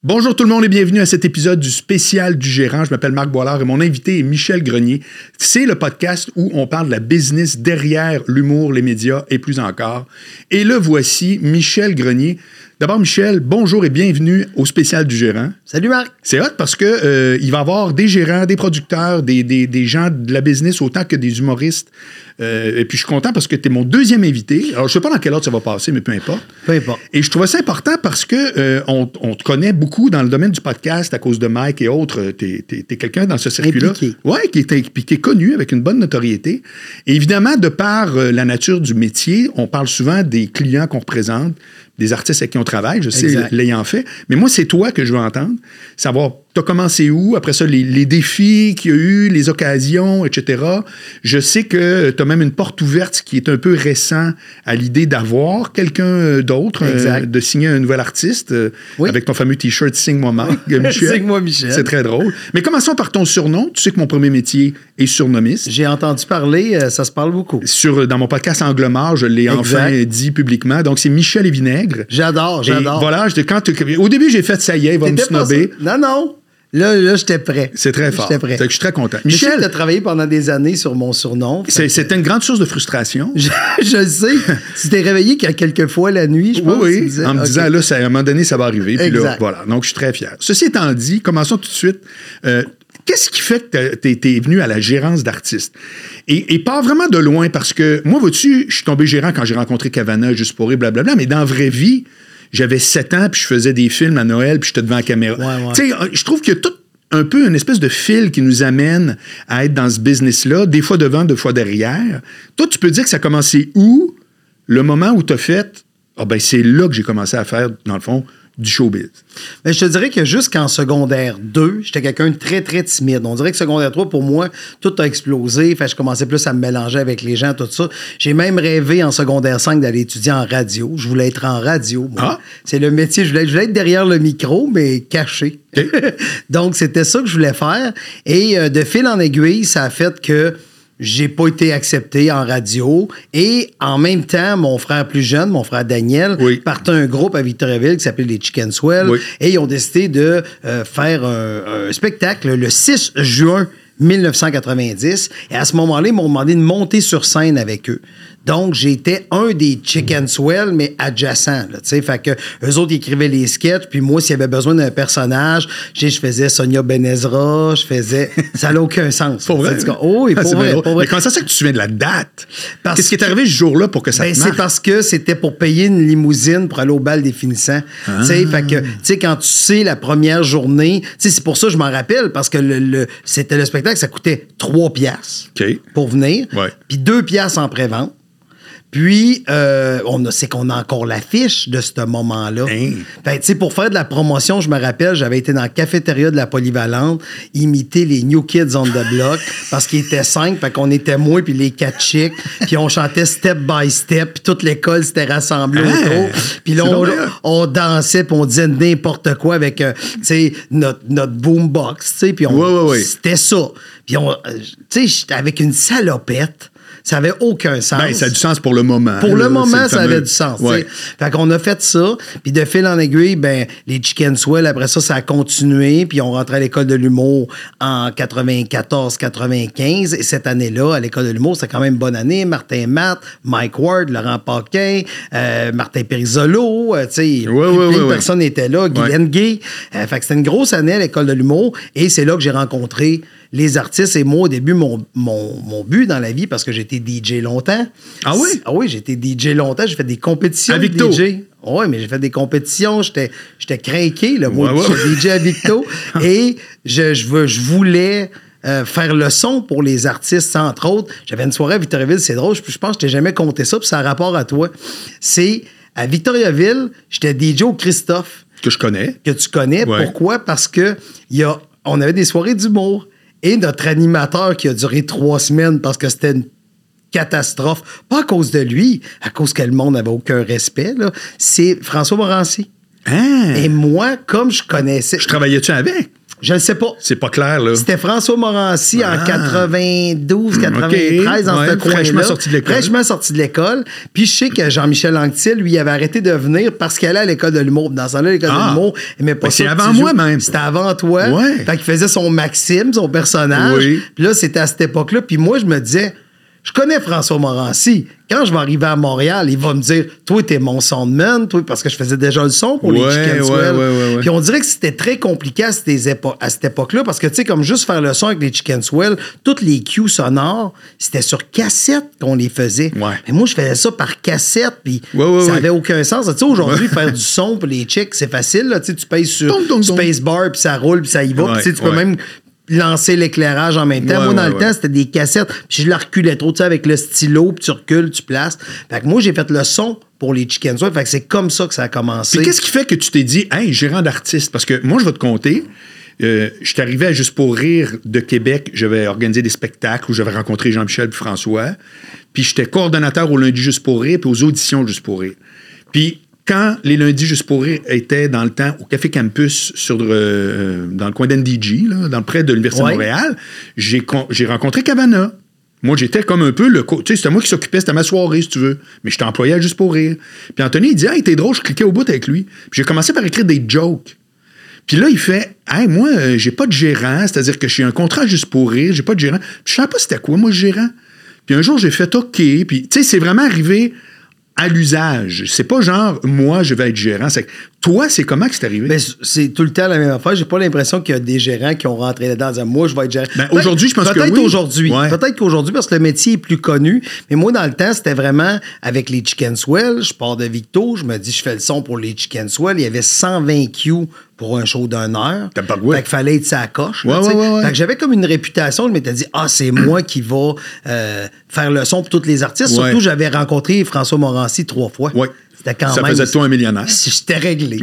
Bonjour tout le monde et bienvenue à cet épisode du spécial du gérant. Je m'appelle Marc Boilard et mon invité est Michel Grenier. C'est le podcast où on parle de la business derrière l'humour, les médias et plus encore. Et le voici, Michel Grenier. D'abord, Michel, bonjour et bienvenue au spécial du gérant. Salut Marc. C'est hot parce que il va y avoir des gérants, des producteurs, des gens de la business autant que des humoristes. Et puis, je suis content parce que tu es mon deuxième invité. Alors, je ne sais pas dans quel ordre ça va passer, mais peu importe. Peu importe. Et je trouvais ça important parce que on te connaît beaucoup dans le domaine du podcast à cause de Mike et autres. Tu es quelqu'un dans ce circuit-là. Oui, qui est connu avec une bonne notoriété. Et évidemment, de par la nature du métier, on parle souvent des clients qu'on représente, des artistes avec qui on travaille, je sais, l'ayant fait. Mais moi, c'est toi que je veux entendre. Savoir, tu as commencé où? Après ça, les défis qu'il y a eu, les occasions, etc. Je sais que tu as même une porte ouverte qui est un peu récent à l'idée d'avoir quelqu'un d'autre, de signer un nouvel artiste avec ton fameux T-shirt « Signe-moi Marc », Michel. Signe-moi Michel. C'est très drôle. Mais commençons par ton surnom. Tu sais que mon premier métier est surnommiste. J'ai entendu parler, ça se parle beaucoup. Dans mon podcast Angle-Mort, je l'ai enfin dit publiquement. Donc, c'est Michel et Vinaigre. J'adore. Et voilà, au début, j'ai fait ça y est, il va me snobber. Non. Là, j'étais prêt. C'est très fort. J'étais prêt. Je suis très content. Michel, tu as travaillé pendant des années sur mon surnom. C'était une grande source de frustration. Je le sais. Tu t'es réveillé quelques fois la nuit, je pense. Oui, en me disant, là, à un moment donné, ça va arriver. Puis là, voilà. Donc, je suis très fier. Ceci étant dit, commençons tout de suite. Qu'est-ce qui fait que tu es venu à la gérance d'artistes? Et pas vraiment de loin, parce que moi, vois-tu, je suis tombé gérant quand j'ai rencontré Cavana, Juste pour rire, blablabla, mais dans la vraie vie, j'avais 7 ans, puis je faisais des films à Noël, puis j'étais devant la caméra. Ouais. Tu sais, je trouve qu'il y a tout un peu une espèce de fil qui nous amène à être dans ce business-là, des fois devant, des fois derrière. Toi, tu peux dire que ça a commencé où? Le moment où tu as fait, c'est là que j'ai commencé à faire, dans le fond, du showbiz. Mais je te dirais que jusqu'en secondaire 2, j'étais quelqu'un de très, très timide. On dirait que secondaire 3, pour moi, tout a explosé. Fait que je commençais plus à me mélanger avec les gens, tout ça. J'ai même rêvé en secondaire 5 d'aller étudier en radio. Je voulais être en radio, moi. C'est le métier. Je voulais être derrière le micro, mais caché. Okay. Donc, c'était ça que je voulais faire. Et de fil en aiguille, ça a fait que j'ai pas été accepté en radio. Et en même temps, mon frère plus jeune, mon frère Daniel, partait un groupe à Victoriaville qui s'appelait les Chicken Swell. Et ils ont décidé de faire un spectacle le 6 juin 1990. Et à ce moment-là, ils m'ont demandé de monter sur scène avec eux. Donc, j'étais un des Chicken Swell, mais adjacent. Tu sais, fait que eux autres, ils écrivaient les sketchs, puis moi, s'il y avait besoin d'un personnage, je faisais Sonia Benezra, ça n'a aucun sens. Pour vrai? Oui, pour vrai. Mais comment ça se fait que tu te souviens de la date? Qu'est-ce qui est arrivé ce jour-là pour que ça te marque? C'est parce que c'était pour payer une limousine pour aller au bal des finissants. Tu sais, fait que, tu sais, quand tu sais la première journée, tu sais, c'est pour ça que je m'en rappelle, parce que c'était le spectacle, ça coûtait 3 piastres pour venir, puis 2 piastres en pré-vente. Puis, c'est qu'on a encore l'affiche de ce moment-là. Fait, tu sais, pour faire de la promotion, je me rappelle, j'avais été dans la cafétéria de la Polyvalente, imiter les New Kids on the Block, parce qu'ils étaient 5, fait qu'on était moi puis les 4 chicks, puis on chantait Step by Step, puis toute l'école s'était rassemblée autour. Puis là, on dansait, puis on disait n'importe quoi avec, tu sais, notre boombox, tu sais, puis c'était ça. Puis, tu sais, avec une salopette. Ça avait aucun sens. Ça a du sens pour le moment. Pour le moment, ça avait du sens. Fait qu'on a fait ça. Puis de fil en aiguille, les Chicken Swell, après ça, ça a continué. Puis on rentrait à l'école de l'humour en 94-95. Et cette année-là, à l'école de l'humour, c'était quand même une bonne année. Martin Matt, Mike Ward, Laurent Paquin, Martin Périsolo. Tu sais, plein de personnes étaient là. Guylaine Gay. Fait que c'était une grosse année à l'école de l'humour. Et c'est là que j'ai rencontré les artistes. Et moi, au début, mon but dans la vie, parce que j'étais DJ longtemps. Ah oui? Ah oui, j'ai été DJ longtemps. J'ai fait des compétitions à Victo. de DJ. Oui, mais j'ai fait des compétitions. J'étais craqué, là, moi, DJ à Victo. Et je voulais faire le son pour les artistes, entre autres. J'avais une soirée à Victoriaville, c'est drôle. Je pense que je t'ai jamais compté ça, puis ça a rapport à toi. C'est à Victoriaville, j'étais DJ au Christophe. Que je connais. Que tu connais. Ouais. Pourquoi? Parce que on avait des soirées d'humour. Et notre animateur qui a duré 3 semaines parce que c'était une catastrophe, pas à cause de lui, à cause que le monde n'avait aucun respect, là, c'est François Morancy. Et moi, comme je connaissais... Je travaillais-tu avec? Je ne sais pas. C'est pas clair, là. C'était François Morancy en 92, 93, dans ce coin-là. Fraîchement sorti de l'école. Puis je sais que Jean-Michel Anctil, lui, il avait arrêté de venir parce qu'il allait à l'école de l'humour. Dans ce temps-là, l'école de l'humour, il n'aimait pas ça. C'est avant moi, même. C'était avant toi. Ouais. Fait qu'il faisait son Maxime, son personnage. Oui. Puis là, c'était à cette époque-là. Puis moi, je me disais... Je connais François Morancy. Quand je vais arriver à Montréal, il va me dire « Toi, t'es mon soundman. » Parce que je faisais déjà le son pour les Chicken Swell. Ouais. Puis on dirait que c'était très compliqué à cette époque-là parce que, tu sais, comme juste faire le son avec les Chicken Swell, toutes les cues sonores, c'était sur cassette qu'on les faisait. Ouais. Mais moi, je faisais ça par cassette, puis ça n'avait aucun sens. Tu sais, aujourd'hui, faire du son pour les chicks, c'est facile. Là. Tu sais, tu payes sur Spacebar, puis ça roule, puis ça y va. Puis tu sais, tu peux même... lancer l'éclairage en même temps. Moi, dans le temps, c'était des cassettes. Puis je la reculais trop, tu sais, avec le stylo, puis tu recules, tu places. Fait que moi, j'ai fait le son pour les Chicken Swell. Fait que c'est comme ça que ça a commencé. Puis qu'est-ce qui fait que tu t'es dit, hey, gérant d'artiste? Parce que moi, je vais te compter. Je suis arrivé à Juste pour rire de Québec. J'avais organisé des spectacles où j'avais rencontré Jean-Michel et François. Puis j'étais coordonnateur au lundi Juste pour rire puis aux auditions Juste pour rire. Puis quand les lundis Juste pour rire étaient dans le temps au Café Campus dans le coin d'NDG, là, près de l'Université de Montréal, j'ai rencontré Cavana. Moi, j'étais comme un peu tu sais, c'était moi qui s'occupais, c'était ma soirée, si tu veux. Mais j'étais employé à Juste pour rire. Puis Anthony, il dit « Hey, t'es drôle, je cliquais au bout avec lui. » Puis j'ai commencé par écrire des jokes. Puis là, il fait « Hey, moi, j'ai pas de gérant, c'est-à-dire que j'ai un contrat Juste pour rire, j'ai pas de gérant. » Puis je savais pas c'était quoi, moi, le gérant. Puis un jour, j'ai fait « OK. » Puis, tu sais, c'est vraiment arrivé à l'usage. C'est pas genre, moi, je vais être gérant. C'est toi, c'est comment que c'est arrivé? Ben, c'est tout le temps la même affaire. J'ai pas l'impression qu'il y a des gérants qui ont rentré là-dedans en disant, moi, je vais être gérant. Ben, aujourd'hui, je pense que oui. Peut-être qu'aujourd'hui, parce que le métier est plus connu. Mais moi, dans le temps, c'était vraiment avec les Chicken Swell. Je pars de Victo, je me dis, je fais le son pour les Chicken Swell. Il y avait 120 cues pour un show d'1 heure. Fait qu'il fallait être sa coche. Fait que j'avais comme une réputation. Je m'étais dit, c'est moi qui va faire le son pour tous les artistes. Surtout, j'avais rencontré François Morancy 3 fois. Ouais. Ça faisait de toi un millionnaire. C'était réglé.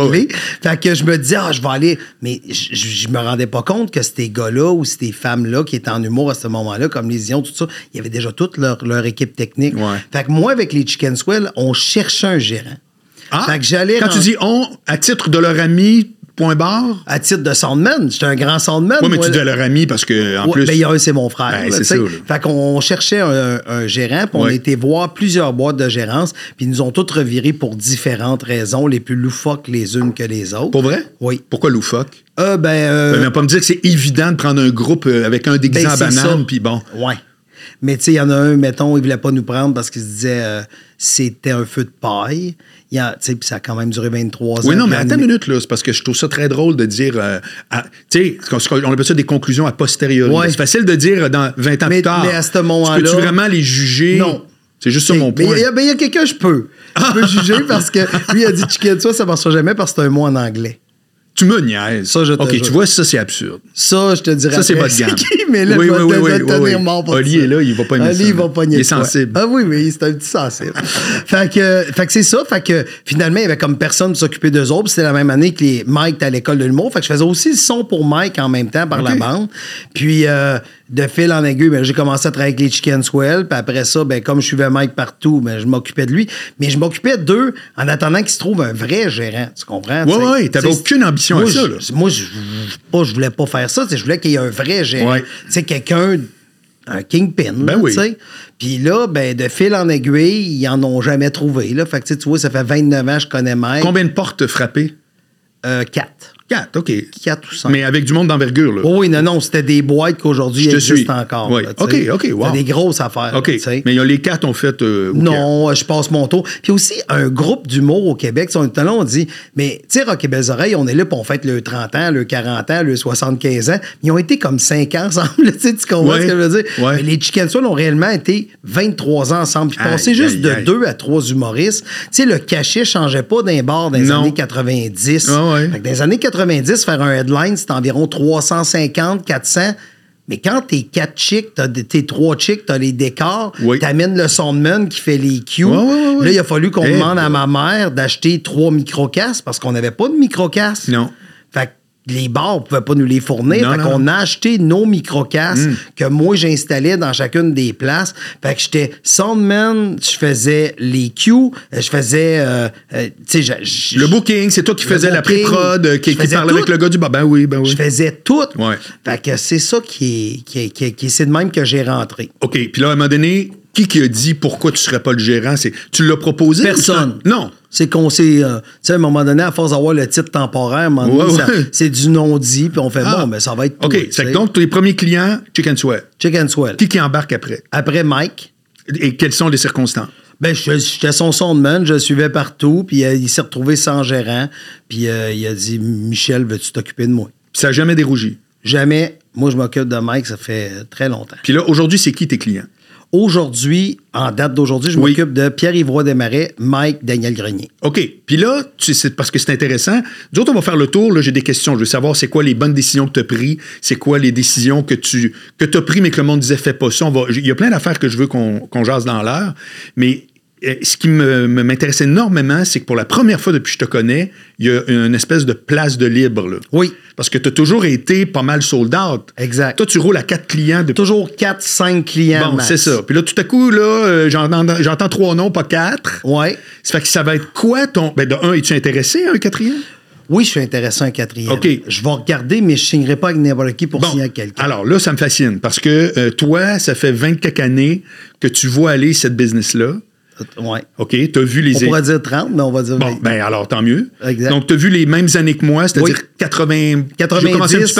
Fait que je me disais, je vais aller. Mais je me rendais pas compte que ces gars-là ou ces femmes-là qui étaient en humour à ce moment-là, comme les Ions, tout ça, il y avait déjà toute leur équipe technique. Fait que moi, avec les Chicken Swell, on cherchait un gérant. Fait que j'allais tu dis on, à titre de leur ami, point barre? À titre de soundman. J'étais un grand soundman. Oui, mais tu dis à leur ami parce que, en plus. Ben, il y a un, c'est mon frère. Ben, c'est ça. Fait qu'on cherchait un gérant, puis on était voir plusieurs boîtes de gérance, puis ils nous ont toutes revirées pour différentes raisons, les plus loufoques les unes que les autres. Pour vrai? Oui. Pourquoi loufoque? Mais pas me dire que c'est évident de prendre un groupe avec un déguisé en banane, puis bon. Ouais. Mais tu sais, il y en a un, mettons, il voulait pas nous prendre parce qu'il se disait c'était un feu de paille. Puis ça a quand même duré 23 ans. Oui, non, mais attends une minute, là. C'est parce que je trouve ça très drôle de dire... tu sais, on appelle ça des conclusions a posteriori. Ouais. C'est facile de dire dans 20 ans plus tard. Mais à ce moment-là... Peux-tu vraiment les juger? Non. C'est juste ça mon point. Mais il y a quelqu'un, je peux. Je peux juger parce que lui, il a dit Chicken Swell, ça ne marchera jamais parce que c'est un mot en anglais. Tu me niaises. Ça, je te OK, tu vois, ça, c'est absurde. Ça, je te dirais. Ça, c'est pas de gamme. Mais là, je vais tenir mort pour ça. Oli est là, il va pas aimer ça. Il va pas nier. Il est sensible. Ah oui, mais c'est un petit sensible. fait que c'est ça. Fait que finalement, il y avait comme personne pour s'occuper d'eux autres. C'était la même année que Mike était à l'école de l'humour. Fait que je faisais aussi le son pour Mike en même temps par la bande. Puis de fil en aiguille, j'ai commencé à travailler avec les Chicken Swell. Puis après ça, comme je suivais Mike partout, je m'occupais de lui. Mais je m'occupais d'eux en attendant qu'il se trouve un vrai gérant. Tu comprends? Oui. T'avais aucune ambition à ça. Moi, je voulais pas faire ça. Je voulais qu'il y ait un vrai gérant. Tu sais, quelqu'un, un kingpin. Puis là, de fil en aiguille, ils en ont jamais trouvé. Là. Fait que tu vois, ça fait 29 ans que je connais Mike. Combien de portes frappées? 4. 4, OK. 4 ou 5. Mais avec du monde d'envergure, là. Oui, non, c'était des boîtes qu'aujourd'hui existent encore. Oui. Là, OK, wow. C'était des grosses affaires. OK. Là, mais les 4 ont fait... non, je passe mon tour. Puis aussi, un groupe d'humour au Québec, on dit, mais tu sais, Rock et Belles Oreilles, on est là, puis on fête le 30 ans, le 40 ans, le 75 ans. Ils ont été comme 5 ans ensemble, tu comprends ce que je veux dire? Ouais. Mais les Chicken Swell ont réellement été 23 ans ensemble. Puis passer juste de 2 à 3 humoristes. Tu sais, le cachet changeait pas d'un bar dans les années 90. Fait que dans les années 90, faire un headline, c'est environ 350, 400. Mais quand t'es 4 chicks, t'es 3 chicks, t'as les décors, t'amènes le soundman qui fait les cues. Là, il a fallu qu'on demande à ma mère d'acheter 3 microcasques parce qu'on n'avait pas de microcasques. Non. Fait que les bars ne pouvaient pas nous les fournir. Fait qu'on a acheté nos micro-casques que moi, j'installais dans chacune des places. Fait que j'étais soundman, je faisais les cues, je faisais... le booking, c'est toi qui faisais la pré-prod, qui parlait avec le gars du bar. Ben oui. Je faisais tout. Ouais. Fait que c'est ça qui est c'est de même que j'ai rentré. OK. Puis là, à un moment donné, qui a dit pourquoi tu ne serais pas le gérant? Tu l'as proposé? Personne. Non. C'est qu'on s'est... tu sais, à un moment donné, à force d'avoir le titre temporaire, c'est du non-dit, puis on fait, mais ça va être tout. OK. C'est donc, les premiers clients, Chicken Swell. Chicken Swell. Qui embarque après? Après Mike. Et quelles sont les circonstances? Ben, j'étais son soundman, je le suivais partout, puis il s'est retrouvé sans gérant, puis il a dit, Michel, veux-tu t'occuper de moi? Puis ça n'a jamais dérougi? Jamais. Moi, je m'occupe de Mike, ça fait très longtemps. Puis là, aujourd'hui, c'est qui tes clients? Aujourd'hui, en date d'aujourd'hui, je m'occupe de Pierre-Yves Desmarais, Mike, Daniel Grenier. OK. Puis là, c'est parce que c'est intéressant. Nous autres, on va faire le tour. Là, j'ai des questions. Je veux savoir c'est quoi les bonnes décisions que tu as prises, c'est quoi les décisions que tu as prises, mais que le monde disait fais pas ça. Il y a plein d'affaires que je veux qu'on jase dans l'heure. Mais ce qui m'intéresse énormément, c'est que pour la première fois depuis que je te connais, il y a une espèce de place de libre. Là. Oui. Parce que tu as toujours été pas mal sold out. Exact. Toi, tu roules à 4 clients. Toujours 4-5 clients. Bon, max. c'est ça. Puis là, tout à coup, là, j'entends 3 noms, pas 4. Ouais. Ça fait que ça va être quoi ton. Ben, de un, es-tu intéressé à un 4e? Oui, je suis intéressé à un 4e. OK. Je vais regarder, mais je ne signerai pas avec n'importe qui pour signer à quelqu'un. Alors là, ça me fascine parce que toi, ça fait 20 quelques années que tu vois aller cette business-là. Oui. OK, tu as vu les... On pourrait dire 30, mais on va dire... Bon, ben alors, tant mieux. Exact. Donc, tu as vu les mêmes années que moi, c'est-à-dire 80... 90,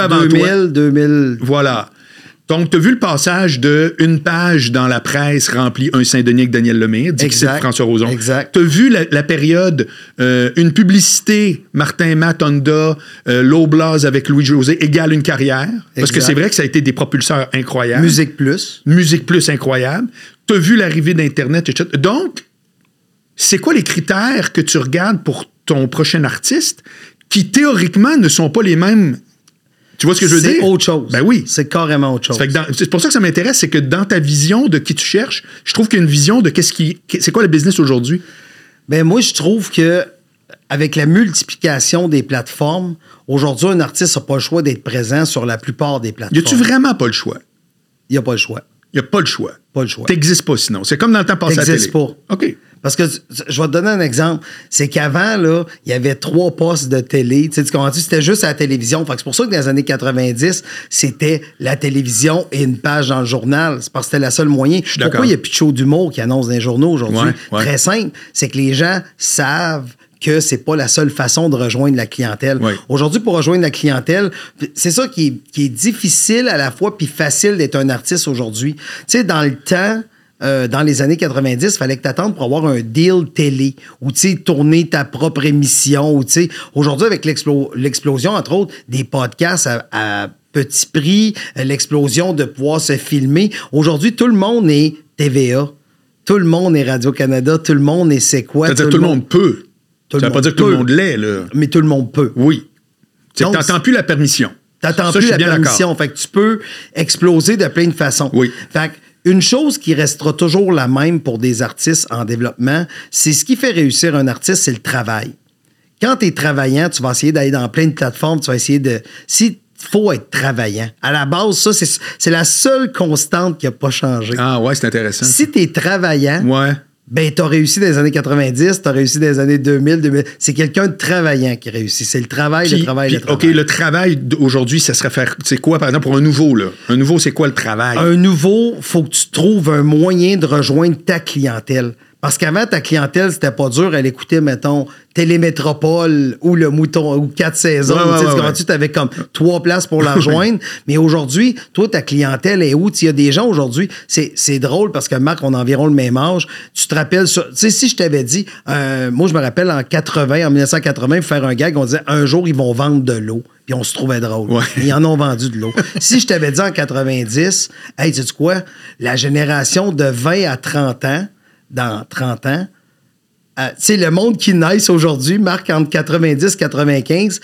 2000. Voilà. Donc, tu as vu le passage d'une page dans la presse remplie Un Saint-Denis avec Daniel Lemire, Dixit François Roson. Exact. Tu as vu la période, une publicité, Martin Matt, Honda, Loblaws avec Louis-José égale une carrière. Parce que c'est vrai que ça a été des propulseurs incroyables. Musique Plus, incroyable. Tu as vu l'arrivée d'Internet, etc. Donc, c'est quoi les critères que tu regardes pour ton prochain artiste qui, théoriquement, ne sont pas les mêmes... Tu vois ce que je veux dire? C'est autre chose. Ben oui. C'est carrément autre chose. C'est pour ça que ça m'intéresse, c'est que dans ta vision de qui tu cherches, je trouve qu'il y a une vision de c'est quoi le business aujourd'hui? Ben moi, je trouve que avec la multiplication des plateformes, aujourd'hui, un artiste n'a pas le choix d'être présent sur la plupart des plateformes. Y a-tu vraiment pas le choix? Il n'y a pas le choix. Il n'y a pas le choix. Pas le choix. T'existes pas sinon. C'est comme dans le temps passé à la télé. T'existes pas. OK. Parce que je vais te donner un exemple. C'est qu'avant, là, il y avait 3 postes de télé. Tu sais, tu comprends-tu? C'était juste à la télévision. Fait que c'est pour ça que dans les années 90, c'était la télévision et une page dans le journal. C'est parce que c'était le seul moyen. Pourquoi il n'y a plus de show d'humour qui annonce dans les journaux aujourd'hui? Ouais. Très simple. C'est que les gens savent que c'est pas la seule façon de rejoindre la clientèle. Oui. Aujourd'hui, pour rejoindre la clientèle, c'est ça qui est difficile à la fois puis facile d'être un artiste aujourd'hui. Tu sais, dans le temps, dans les années 90, il fallait que tu attendes pour avoir un deal télé ou tourner ta propre émission. Ou aujourd'hui, avec l'explosion, entre autres, des podcasts à petit prix, l'explosion de pouvoir se filmer. Aujourd'hui, tout le monde est TVA. Tout le monde est Radio-Canada. Tout le monde est C'est quoi? C'est-à-dire tout le monde peut. Ça ne veut pas dire que tout le monde l'est, là. Mais tout le monde peut. Oui. Tu n'attends plus la permission. Tu n'attends plus la permission. Fait que tu peux exploser de plein de façons. Oui. Fait que une chose qui restera toujours la même pour des artistes en développement, c'est ce qui fait réussir un artiste, c'est le travail. Quand tu es travaillant, tu vas essayer d'aller dans plein de plateformes, tu vas essayer de... Si faut être travaillant. À la base, ça, c'est la seule constante qui n'a pas changé. Ah ouais, c'est intéressant. Si tu es travaillant... Ouais. Ben, t'as réussi dans les années 90, t'as réussi dans les années 2000. C'est quelqu'un de travaillant qui réussit. C'est le travail, le travail. OK, le travail aujourd'hui, ça serait faire... C'est quoi, par exemple, pour un nouveau, là? Un nouveau, c'est quoi le travail? Un nouveau, faut que tu trouves un moyen de rejoindre ta clientèle. Parce qu'avant, ta clientèle, c'était pas dur. Elle écoutait, mettons, Télémétropole ou Le Mouton ou 4 saisons. Tu avais comme 3 places pour la rejoindre. Mais aujourd'hui, toi, ta clientèle est où? Il y a des gens aujourd'hui, c'est drôle parce que Marc, on a environ le même âge. Tu te rappelles, tu sais, si je t'avais dit, moi, je me rappelle en 1980, pour faire un gag, on disait un jour, ils vont vendre de l'eau. Puis on se trouvait drôle. Ouais. Ils en ont vendu de l'eau. Si je t'avais dit en 90, hey, sais-tu quoi? La génération de 20 à 30 ans, dans 30 ans, tu sais, le monde qui naisse aujourd'hui, Marc, entre 90 et 95,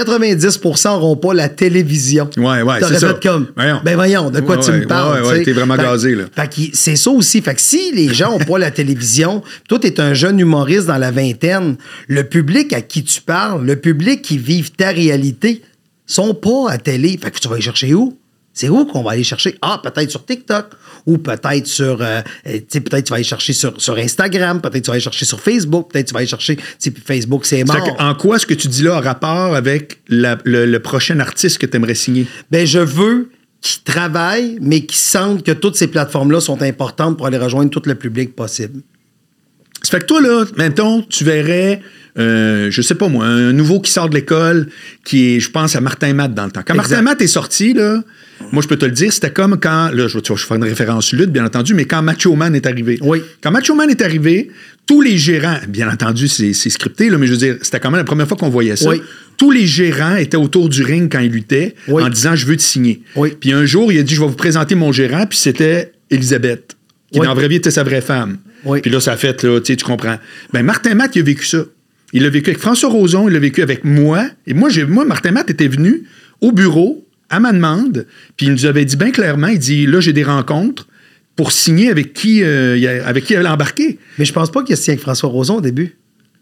90% n'auront pas la télévision. Ouais, c'est ça. Fait comme, voyons, de quoi tu me parles? Ouais, t'es vraiment gazé, là. Fait que c'est ça aussi. Fait que si les gens n'ont pas la télévision, toi, t'es un jeune humoriste dans la vingtaine, le public à qui tu parles, le public qui vive ta réalité, sont pas à télé. Fait que tu vas les chercher où? C'est où qu'on va aller chercher? Ah, peut-être sur TikTok, ou peut-être sur... peut-être tu vas aller chercher sur Instagram, peut-être tu vas aller chercher sur Facebook, peut-être tu vas aller chercher... Puis Facebook, c'est mort. En quoi ce que tu dis là a rapport avec le prochain artiste que tu aimerais signer? Ben, je veux qu'ils travaillent, mais qu'ils sentent que toutes ces plateformes-là sont importantes pour aller rejoindre tout le public possible. Ça fait que toi, là, mettons, tu verrais... je sais pas moi, un nouveau qui sort de l'école, qui est, je pense, à Martin Matt dans le temps. Quand Martin Matt est sorti, là, moi, je peux te le dire, c'était comme quand, là, je vais faire une référence lutte, bien entendu, mais quand Macho Man est arrivé. Oui. Quand Macho Man est arrivé, tous les gérants, bien entendu, c'est scripté, là, mais je veux dire, c'était quand même la première fois qu'on voyait ça. Oui. Tous les gérants étaient autour du ring quand il luttait, en disant, je veux te signer. Oui. Puis un jour, il a dit, je vais vous présenter mon gérant, puis c'était Elisabeth, qui, dans la vraie vie, était sa vraie femme. Oui. Puis là, ça a fait, là, tu comprends. Ben, Martin Matt, il a vécu ça. Il l'a vécu avec François Roson, il l'a vécu avec moi. Et moi, Martin Matt était venu au bureau, à ma demande, puis il nous avait dit bien clairement, il dit, là, j'ai des rencontres pour signer avec qui il allait embarquer. Mais je pense pas qu'il a signé avec François Roson au début.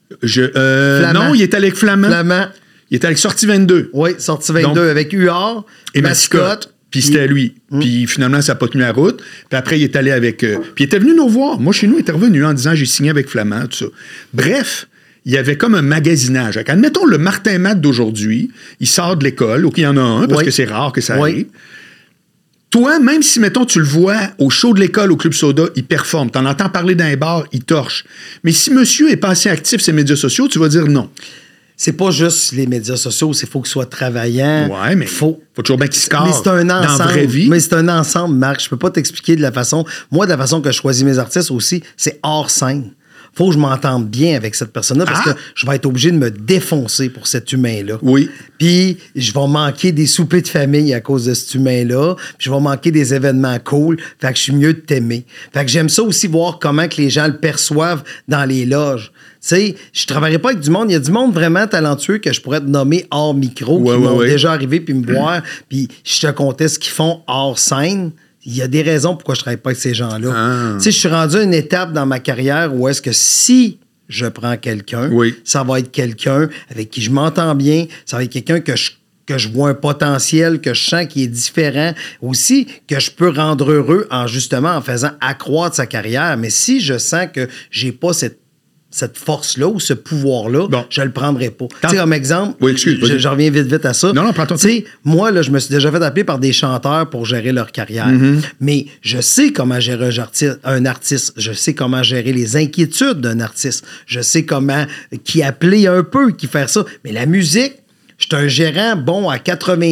Non, il était avec Flamand. Il était avec Sortie 22. Oui, Sortie 22, donc, avec Huard et Mascotte. Puis c'était lui. Puis finalement, ça n'a pas tenu la route. Puis après, il est allé avec... puis il était venu nous voir. Moi, chez nous, il était revenu en disant, j'ai signé avec Flamand, tout ça. Bref... Il y avait comme un magasinage. Admettons, le Martin Matt d'aujourd'hui, il sort de l'école, OK, il y en a un, parce que c'est rare que ça arrive. Toi, même si, mettons, tu le vois au show de l'école, au Club Soda, il performe. T'en entends parler dans les bars, il torche. Mais si monsieur est pas assez actif sur les médias sociaux, tu vas dire non. C'est pas juste les médias sociaux, il faut qu'il soit travaillant. Ouais, mais faut toujours bien qu'il score. Mais c'est un ensemble. Dans la vraie vie. Mais c'est un ensemble, Marc. Je peux pas t'expliquer de la façon... Moi, de la façon que je choisis mes artistes aussi, c'est hors scène. Faut que je m'entende bien avec cette personne-là parce que je vais être obligé de me défoncer pour cet humain-là. Oui. Puis je vais manquer des soupers de famille à cause de cet humain-là. Puis je vais manquer des événements cool. Fait que je suis mieux de t'aimer. Fait que j'aime ça aussi voir comment que les gens le perçoivent dans les loges. Tu sais, je travaillerai pas avec du monde. Il y a du monde vraiment talentueux que je pourrais te nommer hors micro qui m'ont déjà arrivé puis me voir. Puis je te contais ce qu'ils font hors scène. Il y a des raisons pourquoi je ne travaille pas avec ces gens-là. Tu sais, je suis rendu à une étape dans ma carrière où est-ce que si je prends quelqu'un, ça va être quelqu'un avec qui je m'entends bien, ça va être quelqu'un que je vois un potentiel, que je sens qui est différent, aussi que je peux rendre heureux en faisant accroître sa carrière. Mais si je sens que j'ai pas cette force-là ou ce pouvoir-là, je le prendrai pas. Tu sais, comme exemple, je reviens vite à ça. Non, prends ton temps. Tu sais, moi, là, je me suis déjà fait appeler par des chanteurs pour gérer leur carrière. Mm-hmm. Mais je sais comment gérer un artiste. Je sais comment gérer les inquiétudes d'un artiste. Je sais comment qui appeler un peu, qui faire ça. Mais la musique, je suis un gérant bon à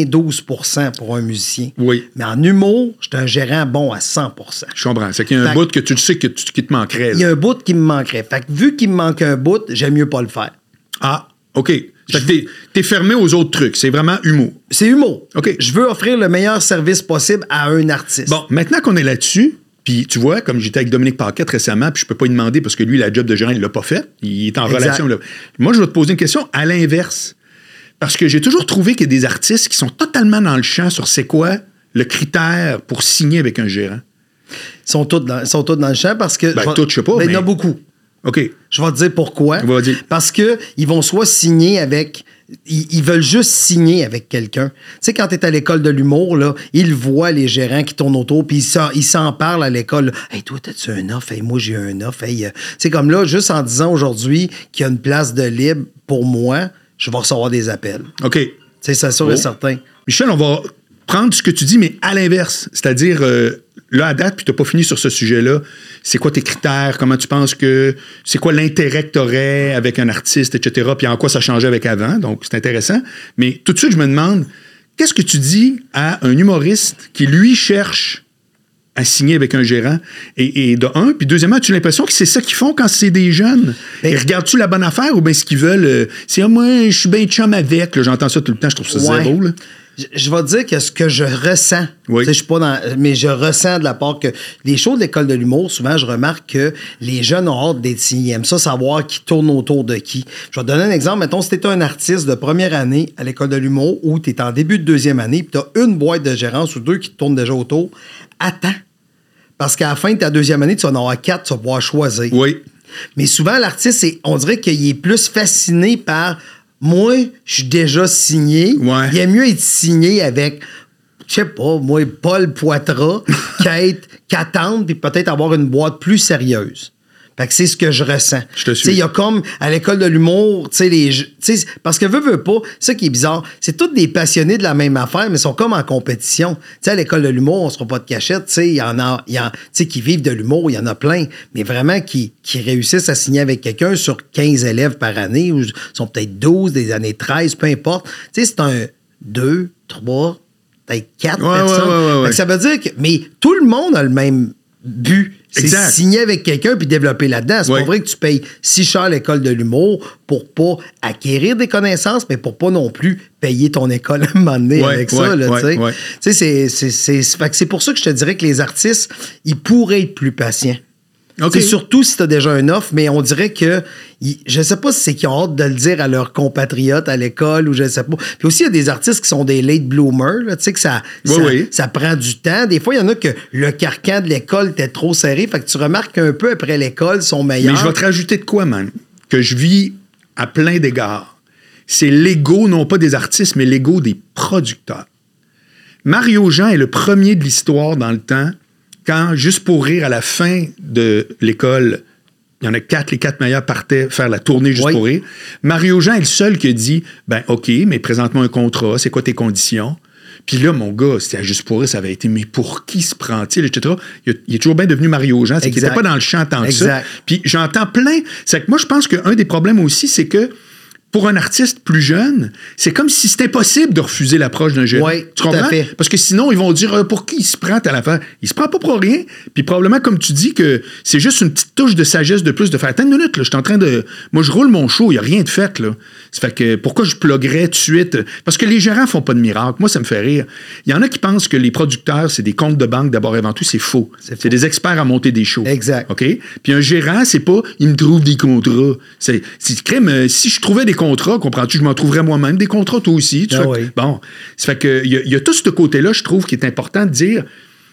92% pour un musicien. Oui. Mais en humour, je suis un gérant bon à 100%. Je comprends. C'est qu'il y a un bout que tu sais qui te manquerait. Il y a un bout qui me manquerait. Fait que vu qu'il me manque un bout, j'aime mieux pas le faire. Ah, OK. T'es fermé aux autres trucs. C'est vraiment humour. C'est humour. OK. Je veux offrir le meilleur service possible à un artiste. Bon, maintenant qu'on est là-dessus, puis tu vois, comme j'étais avec Dominique Paquette récemment, puis je peux pas lui demander parce que lui, la job de gérant, il l'a pas fait. Il est en relation. Là. Moi, je vais te poser une question à l'inverse. Parce que j'ai toujours trouvé qu'il y a des artistes qui sont totalement dans le champ sur c'est quoi le critère pour signer avec un gérant. Ils sont tous dans le champ parce que... tous, je sais pas. Mais il y en a beaucoup. OK. Je vais te dire pourquoi. Vas-y. Parce qu'ils vont soit signer avec... Ils veulent juste signer avec quelqu'un. Tu sais, quand tu es à l'école de l'humour, là, ils voient les gérants qui tournent autour, puis ils s'en parlent à l'école. « Hey, toi, t'as-tu un offre? Hey, moi, j'ai un offre. Hey, c'est comme là, juste en disant aujourd'hui qu'il y a une place de libre pour moi, je vais recevoir des appels. OK. C'est sûr et certain. Michel, on va prendre ce que tu dis, mais à l'inverse. C'est-à-dire, là, à date, puis tu n'as pas fini sur ce sujet-là. C'est quoi tes critères? Comment tu penses que... C'est quoi l'intérêt que tu aurais avec un artiste, etc., puis en quoi ça changeait avec avant? Donc, c'est intéressant. Mais tout de suite, je me demande, qu'est-ce que tu dis à un humoriste qui, lui, cherche à signer avec un gérant, et de un, puis deuxièmement, as-tu l'impression que c'est ça qu'ils font quand c'est des jeunes? Et regardes-tu la bonne affaire ou bien ce qu'ils veulent, c'est moi, je suis bien chum avec, là, j'entends ça tout le temps, je trouve ça zéro, là. Je vais te dire que ce que je ressens, je suis pas dans, mais je ressens de la part que les shows de l'école de l'humour, souvent, je remarque que les jeunes ont hâte d'être signés. Ils aiment ça savoir qui tourne autour de qui. Je vais te donner un exemple. Mettons, si tu es un artiste de première année à l'école de l'humour ou tu es en début de deuxième année puis tu as une boîte de gérance ou deux qui te tournent déjà autour, attends. Parce qu'à la fin de ta deuxième année, tu vas en avoir 4, tu vas pouvoir choisir. Oui. Mais souvent, l'artiste, on dirait qu'il est plus fasciné par moi, je suis déjà signé. Ouais. Il est mieux être signé avec, je sais pas, moi, Paul Poitras, qu'attendre puis peut-être avoir une boîte plus sérieuse. Fait que c'est ce que je ressens. Je te suis. Il y a comme à l'école de l'humour, parce que veux pas, ça qui est bizarre, c'est tous des passionnés de la même affaire, mais ils sont comme en compétition. T'sais, à l'école de l'humour, on se fera pas de cachette, il y en a qui vivent de l'humour, il y en a plein, mais vraiment qui réussissent à signer avec quelqu'un sur 15 élèves par année, ou sont peut-être 12, des années 13, peu importe. C'est un 2, 3, peut-être 4 personnes. Ouais. Ça veut dire que, mais tout le monde a le même but. C'est signer avec quelqu'un puis développer là-dedans. C'est pas vrai que tu payes si cher l'école de l'humour pour pas acquérir des connaissances, mais pour pas non plus payer ton école à un moment donné avec ça. C'est pour ça que je te dirais que les artistes, ils pourraient être plus patients. Okay. Surtout si tu as déjà un offre, mais on dirait que je sais pas si c'est qu'ils ont hâte de le dire à leurs compatriotes à l'école ou je sais pas. Puis aussi, il y a des artistes qui sont des late bloomers, tu sais que ça prend du temps. Des fois, il y en a que le carcan de l'école était trop serré, fait que tu remarques qu'un peu après l'école, ils sont meilleurs. Mais je vais te rajouter de quoi, man, que je vis à plein d'égards. C'est l'ego, non pas des artistes, mais l'ego des producteurs. Mario Jean est le premier de l'histoire dans le temps quand, juste pour rire, à la fin de l'école, il y en a 4, les 4 meilleurs partaient faire la tournée juste pour rire. Mario Jean est le seul qui a dit « OK, mais présente-moi un contrat, c'est quoi tes conditions? » Puis là, mon gars, c'était à juste pour rire, ça avait été « Mais pour qui se prend-il? » etc. Il est toujours bien devenu Mario Jean, c'est qu'il n'était pas dans le champ tant que ça. Puis j'entends plein. C'est que moi, je pense qu'un des problèmes aussi, c'est que pour un artiste plus jeune, c'est comme si c'était impossible de refuser l'approche d'un jeune. Oui, tu comprends? Parce que sinon, ils vont dire pour qui il se prend à l'affaire? Il se prend pas pour rien. Puis probablement, comme tu dis, que c'est juste une petite touche de sagesse de plus de faire. Attends une minute, là, je suis en train de. Moi, je roule mon show, il n'y a rien de fait, là. Ça fait que pourquoi je pluguerais tout de suite? Parce que les gérants font pas de miracle. Moi, ça me fait rire. Il y en a qui pensent que les producteurs, c'est des comptes de banque d'abord et avant tout. C'est faux. C'est des experts à monter des shows. Exact. OK? Puis un gérant, c'est pas il me trouve des contrats. C'est crème. Si je trouvais des contrats, comprends-tu, je m'en trouverais moi-même des contrats, toi aussi. Bon, ça fait que il y a tout ce côté-là, je trouve, qui est important de dire.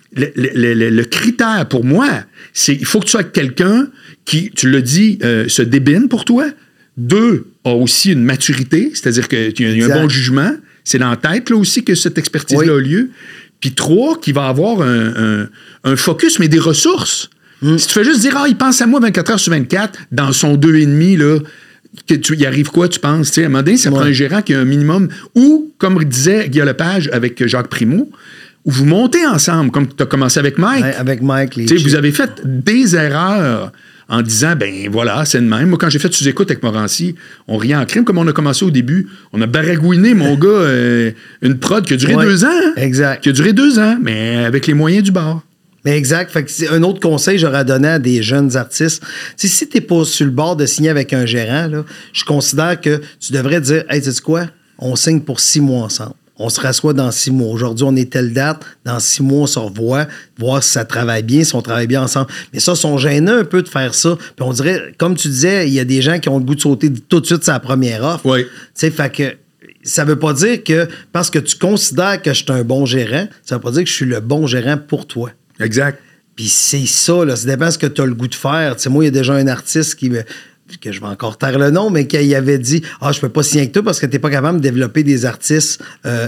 Le critère pour moi, c'est il faut que tu sois avec quelqu'un qui, tu l'as dit, se débine pour toi. 2, a aussi une maturité, c'est-à-dire qu'il y a un bon jugement. C'est dans la tête là aussi que cette expertise-là a lieu. Puis 3, qui va avoir un focus, mais des ressources. Si tu fais juste dire, il pense à moi 24 heures sur 24, dans son 2,5, là, il arrive quoi, tu penses? À un moment donné, ça prend un gérant qui a un minimum. Ou, comme disait Guillaume Lepage avec Jacques Primo, où vous montez ensemble, comme tu as commencé avec Mike. Ouais, avec Mike. Vous avez fait des erreurs en disant, ben voilà, c'est le même. Moi, quand j'ai fait sous-écoute avec Morancy, on riait en crime comme on a commencé au début. On a baragouiné, mon gars, une prod qui a duré 2 ans. Hein? Exact. Qui a duré 2 ans, mais avec les moyens du bord. Mais exact. Fait que c'est un autre conseil que j'aurais donné à des jeunes artistes. T'sais, si tu n'es pas sur le bord de signer avec un gérant, là, je considère que tu devrais dire, hey, sais-tu quoi? On signe pour 6 mois ensemble. On se rassoit dans 6 mois. Aujourd'hui, on est telle date. Dans 6 mois, on se revoit, voir si ça travaille bien, si on travaille bien ensemble. Mais ça, ils sont gênés un peu de faire ça. Puis on dirait, comme tu disais, il y a des gens qui ont le goût de sauter tout de suite sur la première offre. Oui. Tu sais, fait que ça veut pas dire que parce que tu considères que je suis un bon gérant, ça veut pas dire que je suis le bon gérant pour toi. Exact. Puis c'est ça, là. Ça dépend de ce que tu as le goût de faire. Tu sais, moi, il y a déjà un artiste que je vais encore taire le nom, mais qui avait dit je peux pas signer avec toi parce que tu n'es pas capable de développer des artistes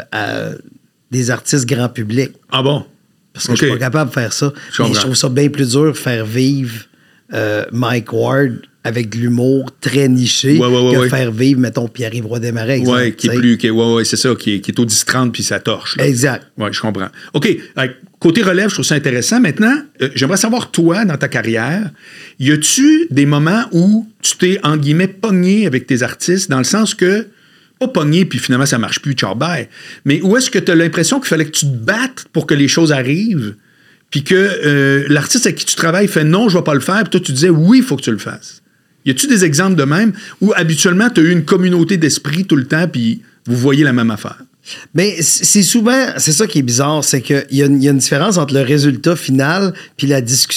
grand public. Ah bon? Parce que je suis pas capable de faire ça. Je trouve ça bien plus dur de faire vivre Mike Ward avec de l'humour très niché que faire vivre, mettons, Pierre-Yves Roy Desmarais, exemple. Oui, qui est plus... c'est ça, qui est au 10-30 puis ça torche. Là. Exact. Oui, je comprends. OK, côté relève, je trouve ça intéressant. Maintenant, j'aimerais savoir, toi, dans ta carrière, y a-tu des moments où tu t'es, en guillemets, pogné avec tes artistes, dans le sens que, pas pogné, puis finalement, ça marche plus, ciao, bye, mais où est-ce que tu as l'impression qu'il fallait que tu te battes pour que les choses arrivent, puis que l'artiste avec qui tu travailles fait non, je vais pas le faire, puis toi, tu disais oui, il faut que tu le fasses. Y a-tu des exemples de même où habituellement tu as eu une communauté d'esprit tout le temps puis vous voyez la même affaire? Mais c'est souvent, c'est ça qui est bizarre, c'est qu'il y a une différence entre le résultat final puis la discussion.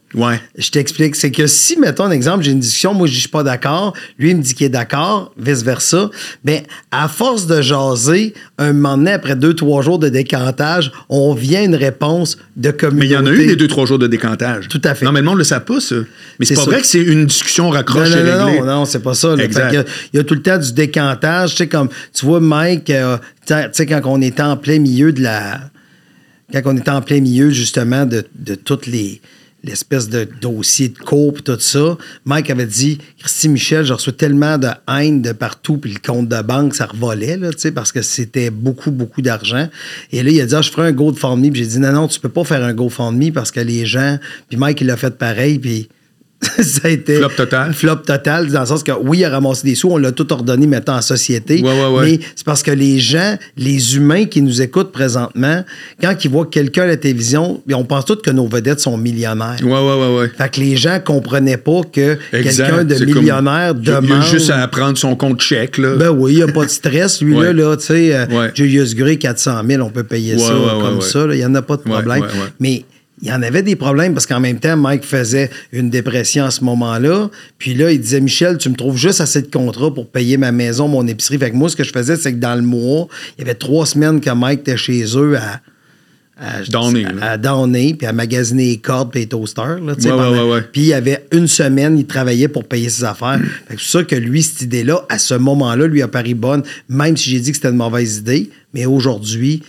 Ouais. Je t'explique. C'est que si, mettons un exemple, j'ai une discussion, moi je dis je suis pas d'accord, lui il me dit qu'il est d'accord, vice-versa, bien, à force de jaser, un moment donné, après 2-3 jours de décantage, on vient à une réponse de communauté. Mais il y en a eu des 2-3 jours de décantage. Tout à fait. Non, mais le monde ne le sait pas, ça. Mais c'est pas vrai que c'est une discussion raccroche et réglée. Non, c'est pas ça. Il y a tout le temps du décantage. Tu sais, comme, tu vois, Mike, tu sais, quand on était en plein milieu quand on était en plein milieu, justement, de toutes l'espèce de dossier de cours et tout ça, Mike avait dit « Christy Michel, je reçois tellement de haine de partout, puis le compte de banque, ça revolait, là, parce que c'était beaucoup, beaucoup d'argent. » Et là, il a dit « je ferai un GoFundMe. » Puis j'ai dit « Non, tu peux pas faire un GoFundMe parce que les gens... » Puis Mike, il l'a fait pareil, puis... ça a été flop total. Flop total, dans le sens que oui, il a ramassé des sous, on l'a tout ordonné maintenant en société. Ouais. Mais c'est parce que les gens, les humains qui nous écoutent présentement, quand ils voient quelqu'un à la télévision, on pense tous que nos vedettes sont millionnaires. Ouais. Fait que les gens comprenaient pas que quelqu'un de millionnaire demande. Il a juste à prendre son compte chèque, là. Ben oui, il n'y a pas de stress. Lui, là, tu sais, Julius Gray, 400 000, on peut payer ça comme ça. Il n'y en a pas de problème. Mais il y en avait des problèmes parce qu'en même temps, Mike faisait une dépression à ce moment-là. Puis là, il disait, Michel, tu me trouves juste assez de contrats pour payer ma maison, mon épicerie. Fait que moi, ce que je faisais, c'est que dans le mois, il y avait 3 semaines que Mike était chez eux à donner, puis à magasiner les cordes et les toasters. Là, puis il y avait 1 semaine, il travaillait pour payer ses affaires. C'est pour ça que lui, cette idée-là, à ce moment-là, lui a paru bonne, même si j'ai dit que c'était une mauvaise idée. Mais aujourd'hui,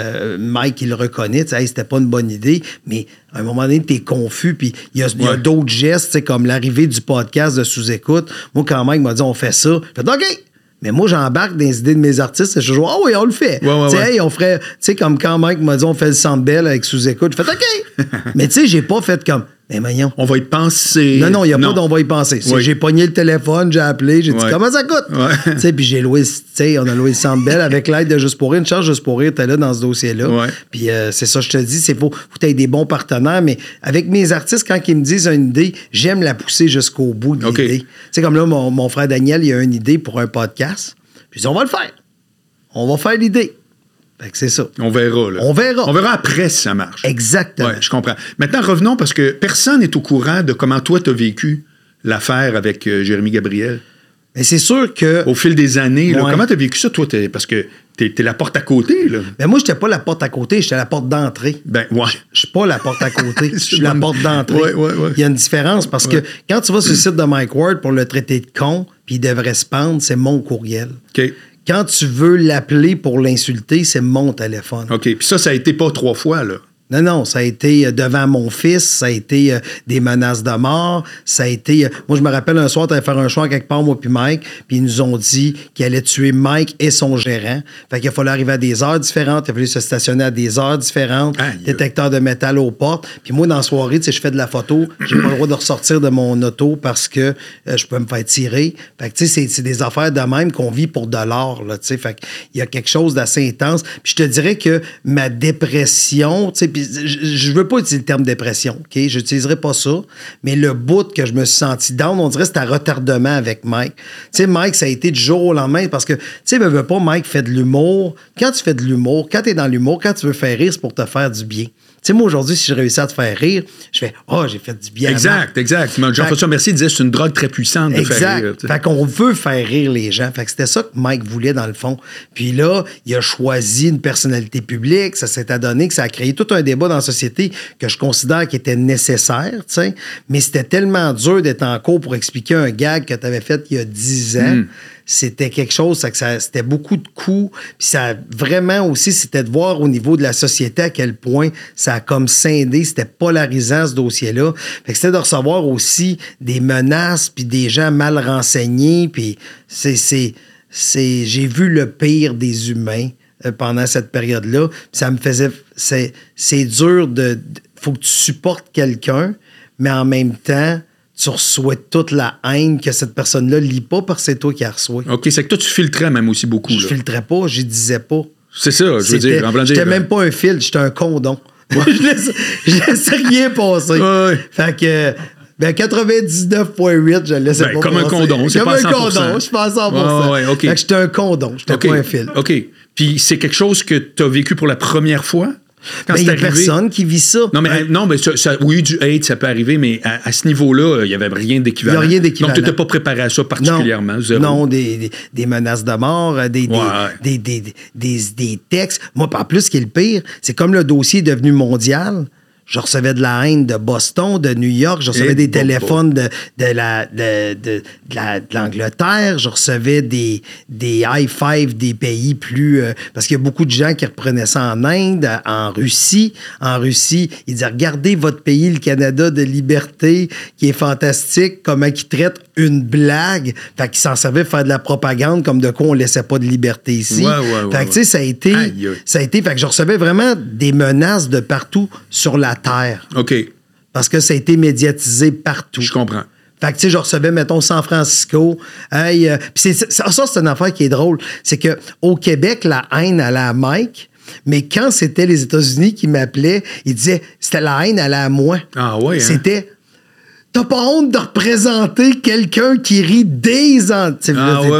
Mike, il le reconnaît, hey, c'était pas une bonne idée, mais à un moment donné, t'es confus, puis il y a d'autres gestes, comme l'arrivée du podcast de Sous-Écoute. Moi, quand Mike m'a dit, on fait ça, j'ai fait, OK! Mais moi, j'embarque dans les idées de mes artistes et je dis, oh oui, on le fait. Hey, on ferait, tu sais, comme quand Mike m'a dit, on fait le Centre Bell avec Sous-Écoute. Je fais, OK. Mais tu sais, j'ai pas fait comme, mais voyons. On va y penser. Non, il n'y a pas d'on va y penser. J'ai pogné le téléphone, j'ai appelé, j'ai dit, comment ça coûte? Tu sais, puis j'ai loué, tu sais, on a loué le Centre Bell avec l'aide de Juste pour rire. Une chance, Juste pour rire, t'es là dans ce dossier-là. Puis c'est ça, je te dis, c'est faut que tu aies des bons partenaires. Mais avec mes artistes, quand ils me disent une idée, j'aime la pousser jusqu'au bout de l'idée. Tu sais, comme là, mon frère Daniel, il a une idée pour un podcast. Puis on va le faire. On va faire l'idée. Fait que c'est ça. On verra, là. On verra après si ça marche. Exactement. Ouais, je comprends. Maintenant, revenons parce que personne n'est au courant de comment toi, tu as vécu l'affaire avec Jérémy Gabriel. Mais c'est sûr que... Au fil des années, là, comment tu as vécu ça, toi? Parce que t'es la porte à côté, là. Ben moi, j'étais pas la porte à côté, j'étais la porte d'entrée. Ben, ouais. Je suis pas la porte à côté, je suis la porte d'entrée. Ouais. Il y a une différence parce que quand tu vas sur le site de Mike Ward pour le traiter de con, puis il devrait se pendre, c'est mon courriel. OK. Quand tu veux l'appeler pour l'insulter, c'est mon téléphone. OK. Puis ça a été pas 3 fois, là. Non, ça a été devant mon fils, ça a été des menaces de mort, ça a été... moi, je me rappelle un soir, tu allais faire un choix quelque part, moi puis Mike, puis ils nous ont dit qu'ils allaient tuer Mike et son gérant. Fait qu'il a fallu arriver à des heures différentes, il a fallu se stationner à des heures différentes, détecteur de métal aux portes. Puis moi, dans la soirée, tu sais, je fais de la photo, j'ai pas le droit de ressortir de mon auto parce que je peux me faire tirer. Fait que, tu sais, c'est des affaires de même qu'on vit pour de l'or, là, tu sais. Fait qu'il y a quelque chose d'assez intense. Puis je te dirais que ma dépression, tu sais, puis je veux pas utiliser le terme dépression, OK? J'utiliserai pas ça, mais le bout que je me suis senti down, on dirait que c'était un retardement avec Mike. Tu sais, Mike, ça a été du jour au lendemain parce que, tu sais, veux pas, Mike fait de l'humour. Quand tu fais de l'humour, quand t'es dans l'humour, quand tu veux faire rire, c'est pour te faire du bien. Tu sais, moi, aujourd'hui, si je réussis à te faire rire, je fais « j'ai fait du bien. » Exact. Jean-François Mercier disait « c'est une drogue très puissante de faire rire. » Fait qu'on veut faire rire les gens. Fait que c'était ça que Mike voulait, dans le fond. Puis là, il a choisi une personnalité publique. Ça s'est adonné que ça a créé tout un débat dans la société que je considère qui était nécessaire, tu sais. Mais c'était tellement dur d'être en cours pour expliquer un gag que tu avais fait il y a 10 ans. C'était quelque chose, c'était beaucoup de coups. Puis ça, vraiment aussi, c'était de voir au niveau de la société à quel point ça a comme scindé, c'était polarisant ce dossier-là. Fait que c'était de recevoir aussi des menaces, puis des gens mal renseignés. Puis j'ai vu le pire des humains pendant cette période-là. Puis ça me faisait... C'est dur faut que tu supportes quelqu'un, mais en même temps... tu reçois toute la haine que cette personne-là lit pas parce que c'est toi qui la reçois. OK, c'est que toi, tu filtrais même aussi beaucoup. Je filtrais pas, je disais pas. C'est ça, je veux dire. J'étais même pas un filtre, j'étais un condom. Ouais. je laissais rien passer. Ouais. Fait que... 99,8, je le laissais pas comme passer. Un condom, c'est pas 100%. Comme un condom, je pense 100%. Ouais, OK. Fait que j'étais un condom, j'étais pas un filtre. OK. Puis c'est quelque chose que tu as vécu pour la première fois? Quand il n'y a personne qui vit ça. Non, mais, oui, du hate, ça peut arriver, mais à ce niveau-là, il n'y avait rien d'équivalent. Il n'y a rien d'équivalent. Donc, tu n'étais pas préparé à ça particulièrement? Non, des menaces de mort, des textes. Moi, en plus, ce qui est le pire, c'est comme le dossier est devenu mondial. Je recevais de la haine de Boston, de New York, je recevais des téléphones de l'Angleterre, je recevais des high-five des pays plus... parce qu'il y a beaucoup de gens qui reprenaient ça en Inde, en Russie. En Russie, ils disaient, regardez votre pays, le Canada de liberté, qui est fantastique, comment ils traitent une blague. Fait qu'ils s'en servaient faire de la propagande, comme de quoi on laissait pas de liberté ici. Fait que, tu sais, ça a été... Fait que je recevais vraiment des menaces de partout sur la terre. OK. Parce que ça a été médiatisé partout. Je comprends. Fait que, tu sais, je recevais, mettons, San Francisco. Puis c'est une affaire qui est drôle. C'est qu'au Québec, la haine allait à Mike, mais quand c'était les États-Unis qui m'appelaient, ils disaient, c'était la haine allait à moi. Ah ouais, hein? C'était... T'as pas honte de représenter quelqu'un qui rit des ans. Fait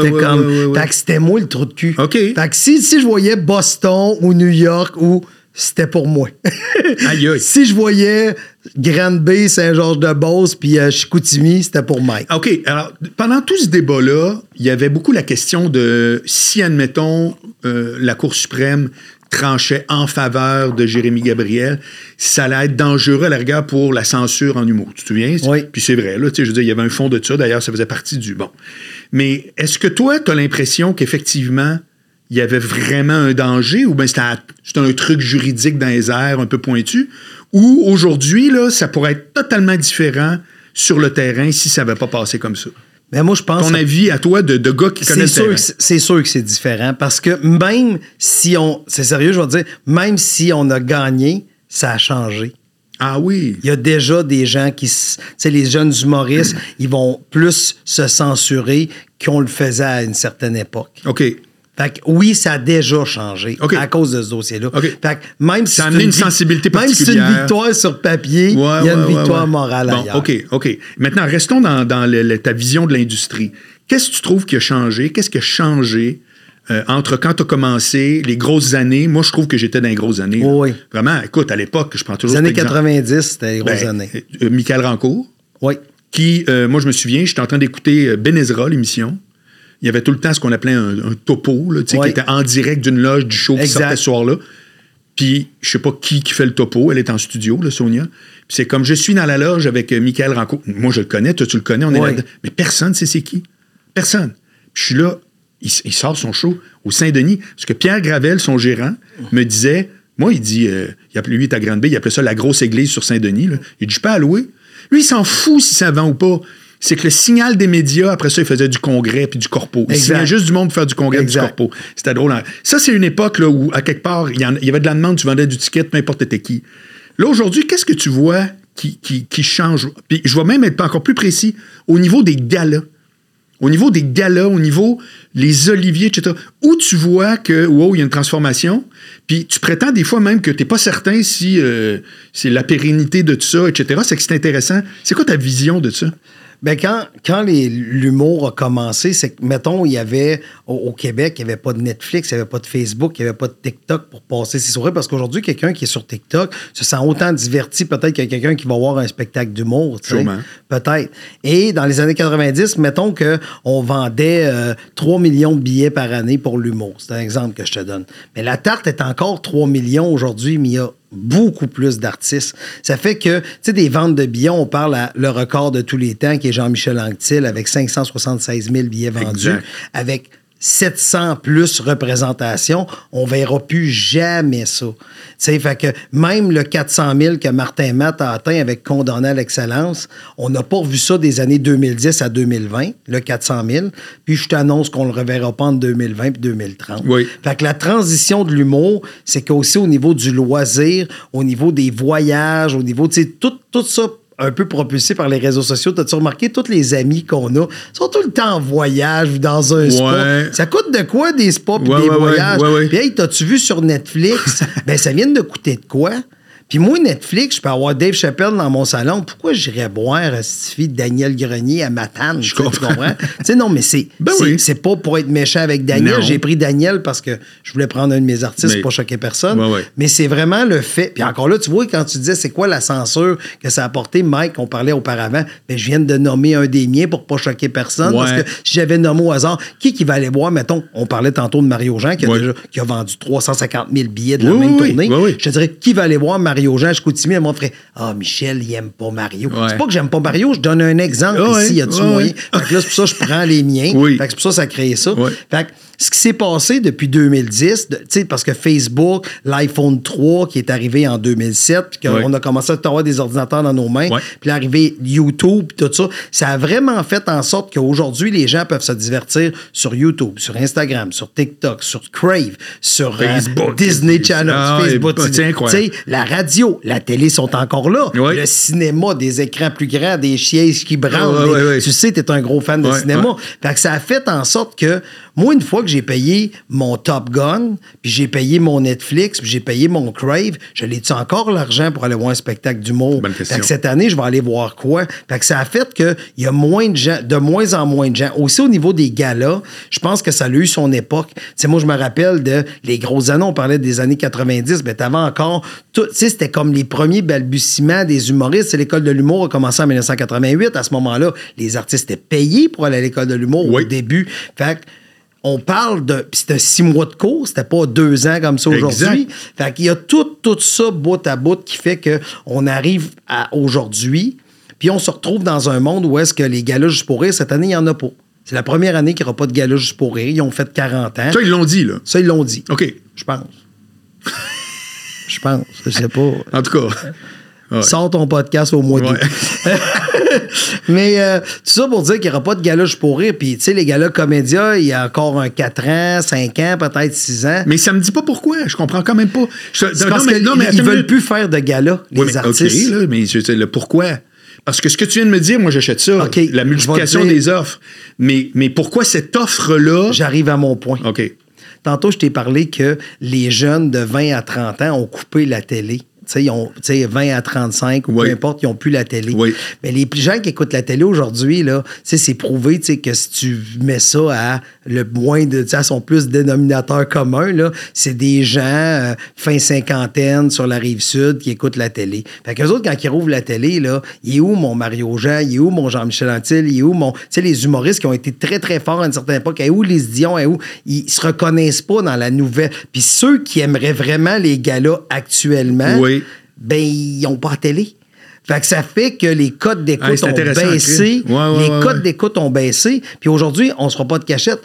que c'était moi le trou de cul. OK. Fait que si je voyais Boston ou New York ou... C'était pour moi. Aïe, aïe. Si je voyais Granby, Saint-Georges-de-Beauce puis Chicoutimi, c'était pour Mike. OK. Alors, pendant tout ce débat-là, il y avait beaucoup la question de si, admettons, la Cour suprême tranchait en faveur de Jérémy Gabriel, ça allait être dangereux à la rigueur pour la censure en humour. Tu te souviens? Oui. Puis c'est vrai, là, tu sais, je veux dire, il y avait un fond de ça. D'ailleurs, ça faisait partie du bon. Mais est-ce que toi, tu as l'impression qu'effectivement, il y avait vraiment un danger ou bien c'était un truc juridique dans les airs un peu pointu ou aujourd'hui, là, ça pourrait être totalement différent sur le terrain si ça n'avait pas passé comme ça? Mais moi, je pense... Ton avis à toi de gars qui connaissent le terrain? C'est sûr que c'est différent parce que même si on... C'est sérieux, je vais te dire, même si on a gagné, ça a changé. Ah oui? Il y a déjà des gens qui... Tu sais, les jeunes humoristes, ils vont plus se censurer qu'on le faisait à une certaine époque. OK. Fait que oui, ça a déjà changé à cause de ce dossier-là. Okay. Fait que même si ça a amené une sensibilité particulière. Même si c'est une victoire sur papier, il y a une victoire morale ailleurs. OK. Maintenant, restons dans ta vision de l'industrie. Qu'est-ce que tu trouves qui a changé? Qu'est-ce qui a changé entre quand tu as commencé, les grosses années? Moi, je trouve que j'étais dans les grosses années. Oui. Vraiment, écoute, à l'époque, je prends toujours les années 90, c'était les grosses années. Michael Rancourt. Oui. Qui, moi, je me souviens, j'étais en train d'écouter Ben Ezra, l'émission. Il y avait tout le temps ce qu'on appelait un topo, là, qui était en direct d'une loge du show qui sortait ce soir-là. Puis, je sais pas qui fait le topo. Elle est en studio, là, Sonia. Puis c'est comme je suis dans la loge avec Michael Rancourt. Moi, je le connais, toi, tu le connais, on est là-dedans. Mais personne ne sait c'est qui. Personne. Puis je suis là, il sort son show au Saint-Denis. Parce que Pierre Gravel, son gérant, me disait, moi, il dit, lui, il est à Grande-Bay, il appelait ça la grosse église sur Saint-Denis. Là. Il dit, je peux allouer. Lui, il s'en fout si ça vend ou pas. C'est que le signal des médias, après ça, il faisait du congrès puis du corpo. Il signait juste du monde pour faire du congrès et du corpo. C'était drôle. Ça, c'est une époque là, où, à quelque part, il y avait de la demande, tu vendais du ticket, peu importe t'étais qui. Là, aujourd'hui, qu'est-ce que tu vois qui change? Puis je vais même être encore plus précis au niveau des galas. Au niveau des galas, au niveau les oliviers, etc., où tu vois que, wow, il y a une transformation, puis tu prétends des fois même que tu n'es pas certain si c'est la pérennité de tout ça, etc., c'est que c'est intéressant. C'est quoi ta vision de ça? Bien, quand l'humour a commencé, c'est que, mettons, il y avait, au Québec, il n'y avait pas de Netflix, il n'y avait pas de Facebook, il n'y avait pas de TikTok pour passer ses soirées, parce qu'aujourd'hui, quelqu'un qui est sur TikTok se sent autant diverti peut-être que quelqu'un qui va voir un spectacle d'humour. Sûrement. Peut-être. Et dans les années 90, mettons qu'on vendait 3 millions de billets par année pour l'humour. C'est un exemple que je te donne. Mais la tarte est encore 3 millions aujourd'hui, mais il y a beaucoup plus d'artistes. Ça fait que, tu sais, des ventes de billets, on parle à le record de tous les temps, qui est Jean-Michel Anctil, avec 576 000 billets vendus, avec 700 plus représentations, on verra plus jamais ça. Tu sais, fait que même le 400 000 que Martin Matt a atteint avec Condamné à l'excellence, on n'a pas vu ça des années 2010 à 2020, le 400 000. Puis je t'annonce qu'on le reverra pas en 2020 puis 2030. Oui. Fait que la transition de l'humour, c'est qu'aussi au niveau du loisir, au niveau des voyages, au niveau, tu sais, tout ça un peu propulsé par les réseaux sociaux. T'as-tu remarqué, tous les amis qu'on a sont tout le temps en voyage ou dans un spa. Ça coûte de quoi, des spas puis des voyages? Puis hey, t'as-tu vu sur Netflix? Ben, ça vient de coûter de quoi? Puis moi, Netflix, je peux avoir Dave Chappelle dans mon salon. Pourquoi j'irais boire Daniel Grenier à Matane? Je comprends. Tu comprends? Non, mais c'est pas pour être méchant avec Daniel. Non. J'ai pris Daniel parce que je voulais prendre un de mes artistes pour pas choquer personne. Ouais. Mais c'est vraiment le fait. Puis encore là, tu vois, quand tu disais c'est quoi la censure que ça a apporté, Mike, on parlait auparavant, ben, je viens de nommer un des miens pour pas choquer personne. Parce que si j'avais nommé au hasard, qui va aller voir, mettons, on parlait tantôt de Mario Jean qui a vendu 350 000 billets de la même tournée. Je te dirais, qui va aller voir Mario Jean à Chicoutimi? Moi, ferait Michel, il aime pas Mario. C'est pas que j'aime pas Mario, je donne un exemple ici, il y a du moyen. Fait que là, c'est pour ça que je prends les miens. Fait que c'est pour ça que ça a créé ça. Fait que ce qui s'est passé depuis 2010, parce que Facebook, l'iPhone 3 qui est arrivé en 2007, puis qu'on a commencé à avoir des ordinateurs dans nos mains, puis l'arrivée YouTube, tout ça, ça a vraiment fait en sorte qu'aujourd'hui, les gens peuvent se divertir sur YouTube, sur Instagram, sur TikTok, sur Crave, sur Facebook, Disney Channel, Facebook. La radio, la télé sont encore là. Le cinéma, des écrans plus grands, des sièges qui branlent. Tu sais, t'es un gros fan de cinéma. Fait que ça a fait en sorte que moi, une fois que j'ai payé mon Top Gun, puis j'ai payé mon Netflix, puis j'ai payé mon Crave, je l'ai-tu encore l'argent pour aller voir un spectacle d'humour? Fait que cette année, je vais aller voir quoi? Fait que ça a fait qu'il y a moins de gens, de moins en moins de gens. Aussi, au niveau des galas, je pense que ça a eu son époque. T'sais, moi, je me rappelle de les grosses années, on parlait des années 90, mais t'avais encore... C'était comme les premiers balbutiements des humoristes. L'école de l'humour a commencé en 1988. À ce moment-là, les artistes étaient payés pour aller à l'école de l'humour au début. Fait que on parle de... Puis c'était 6 mois de cours, c'était pas 2 ans comme ça aujourd'hui. Fait qu'il y a tout ça bout à bout qui fait qu'on arrive à aujourd'hui, puis on se retrouve dans un monde où est-ce que les galas juste pour rire, cette année, il n'y en a pas. C'est la première année qu'il n'y aura pas de galas juste pour rire. Ils ont fait 40 ans. Ça, ils l'ont dit, là. Ça, ils l'ont dit. OK. Je pense. Je sais pas. En tout cas... Sors ton podcast au mois d'août. Mais tout ça pour dire qu'il n'y aura pas de gala juste pour rire. Puis, tu sais, les galas comédia, il y a encore 4 ans, 5 ans, peut-être 6 ans. Mais ça me dit pas pourquoi. Je comprends quand même pas. C'est parce qu'ils ne veulent plus faire de gala, les artistes. OK, là, mais je sais le pourquoi. Parce que ce que tu viens de me dire, moi, j'achète ça. La multiplication des offres. Mais pourquoi cette offre-là... J'arrive à mon point. OK. Tantôt, je t'ai parlé que les jeunes de 20 à 30 ans ont coupé la télé. Ils ont 20 à 35 ou peu importe, ils n'ont plus la télé. Mais les gens qui écoutent la télé aujourd'hui, là, c'est prouvé que si tu mets ça à le moins de, à son plus dénominateur commun, là, c'est des gens fin cinquantaine sur la Rive-Sud qui écoutent la télé. Fait qu'eux autres, quand ils rouvrent la télé, là, il est où mon Mario Jean? Il est où mon Jean-Michel Anctil? Il est où mon... Tu sais, les humoristes qui ont été très, très forts à une certaine époque, il est où les Dion? Ils se reconnaissent pas dans la nouvelle. Puis ceux qui aimeraient vraiment les galas actuellement... ben, ils n'ont pas la télé. Fait que ça fait que les codes d'écoute ont baissé. Les codes d'écoute ont baissé. Puis aujourd'hui, on ne se fera pas de cachette.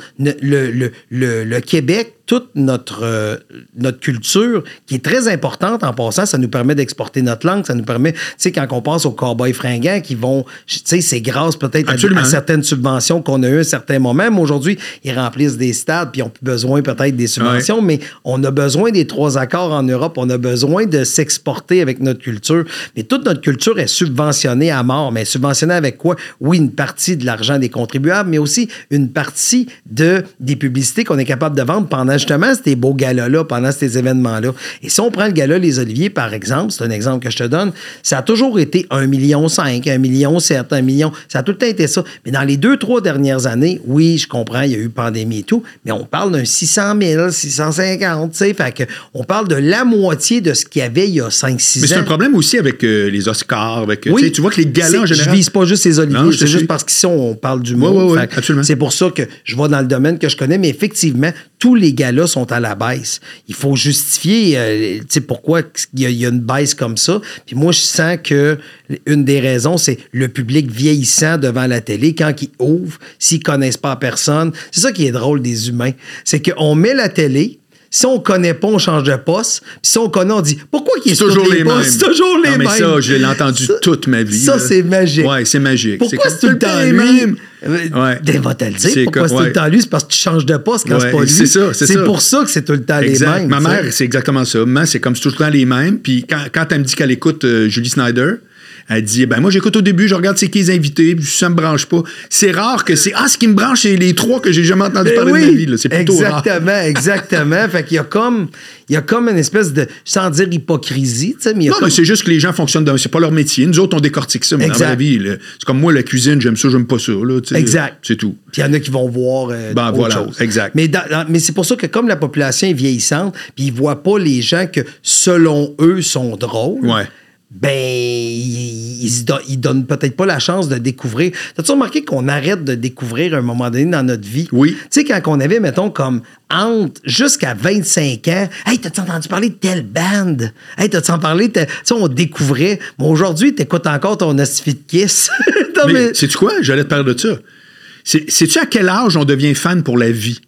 Le Québec, toute notre culture, qui est très importante en passant, ça nous permet d'exporter notre langue, ça nous permet, tu sais, quand on passe aux cow-boys fringants qui vont, tu sais, c'est grâce peut-être à certaines subventions qu'on a eues à un certain moment, mais aujourd'hui, ils remplissent des stades puis ils n'ont plus besoin peut-être des subventions, mais on a besoin des 3 accords en Europe, on a besoin de s'exporter avec notre culture, mais toute notre culture est subventionnée à mort, mais subventionnée avec quoi? Oui, une partie de l'argent des contribuables, mais aussi une partie des publicités qu'on est capable de vendre pendant justement ces beaux galas-là, pendant ces événements-là. Et si on prend le gala Les Oliviers, par exemple, c'est un exemple que je te donne, ça a toujours été 1,5 million, 1,7 million, 1 million. Ça a tout le temps été ça. Mais dans les 2-3 dernières années, oui, je comprends, il y a eu pandémie et tout, mais on parle d'un 600 000, 650, tu sais, fait que on parle de la moitié de ce qu'il y avait il y a 5-6 ans. Mais c'est un problème aussi avec les Oscars, avec, tu vois que les galas en général... Je vise pas juste les Oliviers, c'est juste parce qu'ici, on parle du mot. Absolument. C'est pour ça que je vais dans le domaine que je connais, mais effectivement, tous les galas sont à la baisse. Il faut justifier pourquoi il y a une baisse comme ça. Puis moi, je sens que une des raisons, c'est le public vieillissant devant la télé. Quand ils ouvrent, s'ils ne connaissent pas personne, c'est ça qui est drôle des humains. C'est qu'on met la télé, si on ne connaît pas, on change de poste. Puis si on connaît, on dit pourquoi il est toujours les mêmes. C'est toujours les mêmes. Mais ça, je l'ai entendu toute ma vie. Ça, c'est magique. Oui, c'est magique. Pourquoi c'est tout le temps lui? Va te le dire. Pourquoi c'est tout le temps lui? C'est parce que tu changes de poste quand c'est pas lui. C'est pour ça que c'est tout le temps les mêmes. Ma mère, c'est exactement ça. Maman, c'est comme c'est tout le temps les mêmes. Puis quand elle me dit qu'elle écoute Julie Snyder, Elle dit, moi, j'écoute au début, je regarde c'est qui les invités, puis ça me branche pas. C'est rare que c'est, ce qui me branche, c'est les 3 que j'ai jamais entendu parler de ma vie, là. C'est plutôt rare. Exactement. Fait qu'il y a comme une espèce de, sans dire hypocrisie, tu sais, mais mais c'est juste que les gens fonctionnent c'est pas leur métier. Nous autres, on décortique ça, mais dans la vie, là, c'est comme moi, la cuisine, j'aime ça, j'aime pas ça, là. Exact. C'est tout. Puis il y en a qui vont voir autre chose. Exact. Mais c'est pour ça que comme la population est vieillissante, puis ils voient pas les gens que, selon eux, sont drôles, ils donnent peut-être pas la chance de découvrir. T'as-tu remarqué qu'on arrête de découvrir à un moment donné dans notre vie? Oui. Tu sais, quand on avait, mettons, comme entre jusqu'à 25 ans, « Hey, t'as-tu entendu parler de telle bande? Hey, t'as-tu entendu parler de... » Tu sais, on découvrait. Mais aujourd'hui, t'écoutes encore ton hostie de Kiss. mais sais-tu quoi? J'allais te parler de ça. Sais-tu à quel âge on devient fan pour la vie?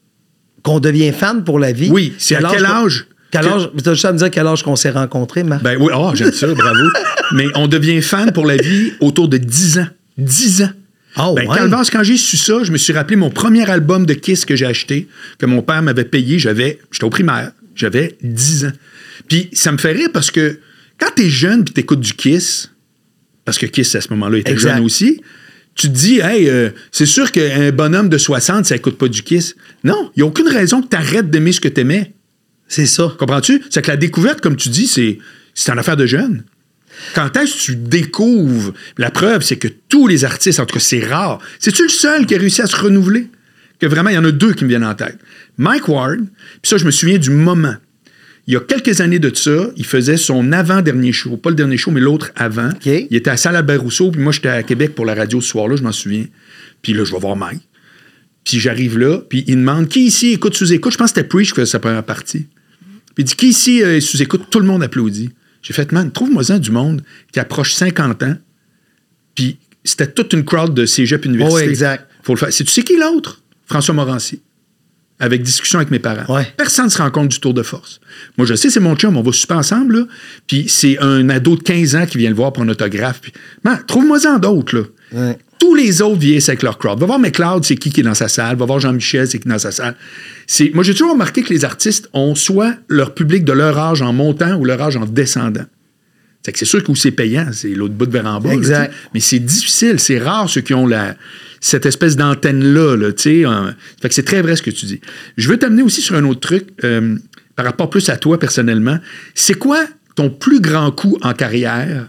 Qu'on devient fan pour la vie? Oui, c'est à quel âge? Tu as juste à me dire quel âge qu'on s'est rencontrés, Marc? Ben oui, j'aime ça, bravo. Mais on devient fan pour la vie autour de 10 ans. 10 ans. Calvas, quand j'ai su ça, je me suis rappelé mon premier album de Kiss que j'ai acheté, que mon père m'avait payé. J'étais au primaire, j'avais 10 ans. Puis ça me fait rire parce que quand t'es jeune puis t'écoutes du Kiss, parce que Kiss, à ce moment-là, était jeune aussi, tu te dis, c'est sûr qu'un bonhomme de 60, ça écoute pas du Kiss. Non, il n'y a aucune raison que t'arrêtes d'aimer ce que t'aimais. C'est ça. Comprends-tu? C'est que la découverte, comme tu dis, c'est une affaire de jeune. Quand est-ce que tu découvres? La preuve, c'est que tous les artistes, en tout cas, c'est rare. C'est-tu le seul qui a réussi à se renouveler? Que vraiment, il y en a 2 qui me viennent en tête. Mike Ward, puis ça, je me souviens du moment. Il y a quelques années de ça, il faisait son avant-dernier show. Pas le dernier show, mais l'autre avant. Okay. Il était à Salle Albert-Rousseau, puis moi, j'étais à Québec pour la radio ce soir-là, je m'en souviens. Puis là, je vais voir Mike. Puis j'arrive là, puis il demande, qui ici écoute sous-écoute? Je pense que c'était Preach qui faisait sa première partie. Puis il dit, qui ici sous-écoute? Tout le monde applaudit. J'ai fait, man, trouve-moi-en du monde qui approche 50 ans. Puis c'était toute une crowd de cégep université. Oui, exact. Faut le faire. Tu sais qui l'autre? François Morancy. Avec discussion avec mes parents. Ouais. Personne ne se rend compte du tour de force. Moi, je sais, c'est mon chum, on va super ensemble, là. Puis c'est un ado de 15 ans qui vient le voir pour un autographe. Puis, man, trouve-moi-en d'autres, là. Ouais. Tous les autres vieillissent avec leur crowd. Va voir McLeod, c'est qui est dans sa salle. Va voir Jean-Michel, c'est qui est dans sa salle. Moi, j'ai toujours remarqué que les artistes ont soit leur public de leur âge en montant ou leur âge en descendant. C'est sûr que c'est payant, c'est l'autre bout de vers en bas. Exact. Là, mais c'est difficile, c'est rare ceux qui ont cette espèce d'antenne-là. Là, fait que c'est très vrai ce que tu dis. Je veux t'amener aussi sur un autre truc, par rapport plus à toi personnellement. C'est quoi ton plus grand coup en carrière?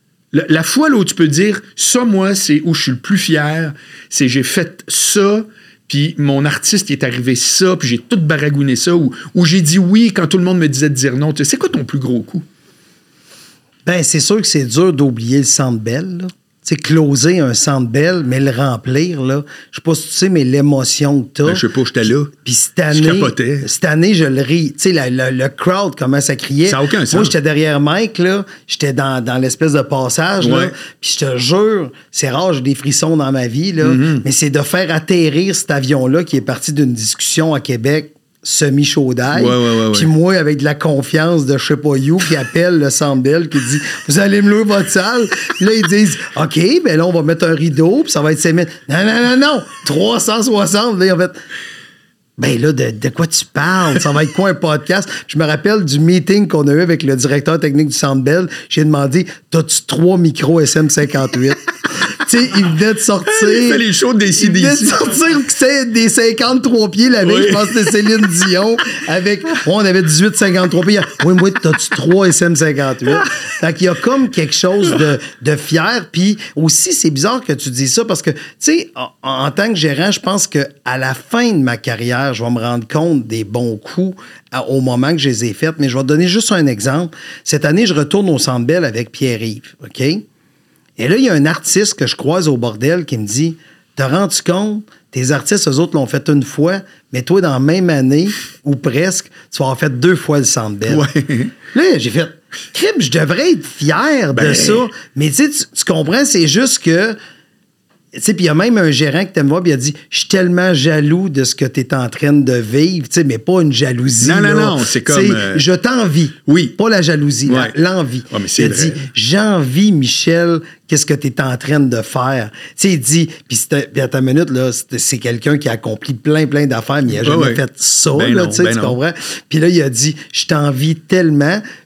La fois là, où tu peux dire, ça, moi, c'est où je suis le plus fier, c'est j'ai fait ça, puis mon artiste, il est arrivé ça, puis j'ai tout baragouiné ça, ou j'ai dit oui quand tout le monde me disait de dire non. C'est quoi ton plus gros coup? Ben, c'est sûr que c'est dur d'oublier le Centre Bell, là. Tu sais, closer un Centre Bell, mais le remplir, là, je sais pas si tu sais, mais l'émotion que t'as. Ben, je sais pas, j'étais là. Puis cette année, je capotais. Cette année, je le ris. Tu sais, le crowd, comment ça criait. Ça n'a aucun sens. Moi, j'étais derrière Mike, là. J'étais dans l'espèce de passage, là. Puis je te jure, c'est rare, j'ai des frissons dans ma vie, là. Mais c'est de faire atterrir cet avion-là qui est parti d'une discussion à Québec semi-chaud d'ail. Puis moi, avec de la confiance de je sais pas you, qui appelle le Centre Bell, qui dit « Vous allez me louer votre salle? » Puis là, ils disent « OK, ben là, on va mettre un rideau, puis ça va être 5 minutes. » Non! 360! Là, en fait... Ben là, de quoi tu parles? Ça va être quoi un podcast? Je me rappelle du meeting qu'on a eu avec le directeur technique du Centre Bell. J'ai demandé, t'as-tu 3 micros SM58? Tu sais, il venait de sortir. Il fait les shows des CDC. Il venait de sortir des 53 pieds la veille. Je pense que c'était Céline Dion. On avait 18 53 pieds. Oui, moi, t'as-tu 3 SM58? Fait qu'il y a comme quelque chose de fier. Puis aussi, c'est bizarre que tu dis ça parce que, tu sais, en tant que gérant, je pense qu'à la fin de ma carrière, je vais me rendre compte des bons coups au moment que je les ai faits. Mais je vais te donner juste un exemple. Cette année, je retourne au Centre Bell avec Pierre-Yves, OK? Et là, il y a un artiste que je croise au bordel qui me dit « T'as rendu compte, tes artistes, eux autres l'ont fait une fois, mais toi, dans la même année, ou presque, tu vas avoir fait 2 fois le Centre Bell. » Là, j'ai fait « Crime, je devrais être fier de ça. » Mais tu sais, tu comprends, c'est juste que... Tu sais, puis il y a même un gérant qui t'aime voir, puis il a dit « Je suis tellement jaloux de ce que tu es en train de vivre. » Tu sais, mais pas une jalousie. Non, c'est comme... Je t'envie. Oui. Pas la jalousie, l'envie. Ouais, mais c'est il a dit « J'envie, Michel, qu'est-ce que tu es en train de faire. » Tu sais, il dit... Puis à ta minute, là, c'est quelqu'un qui a accompli plein d'affaires, mais il n'a jamais fait ça, tu comprends? Puis là, il a dit « Je t'envie tellement. »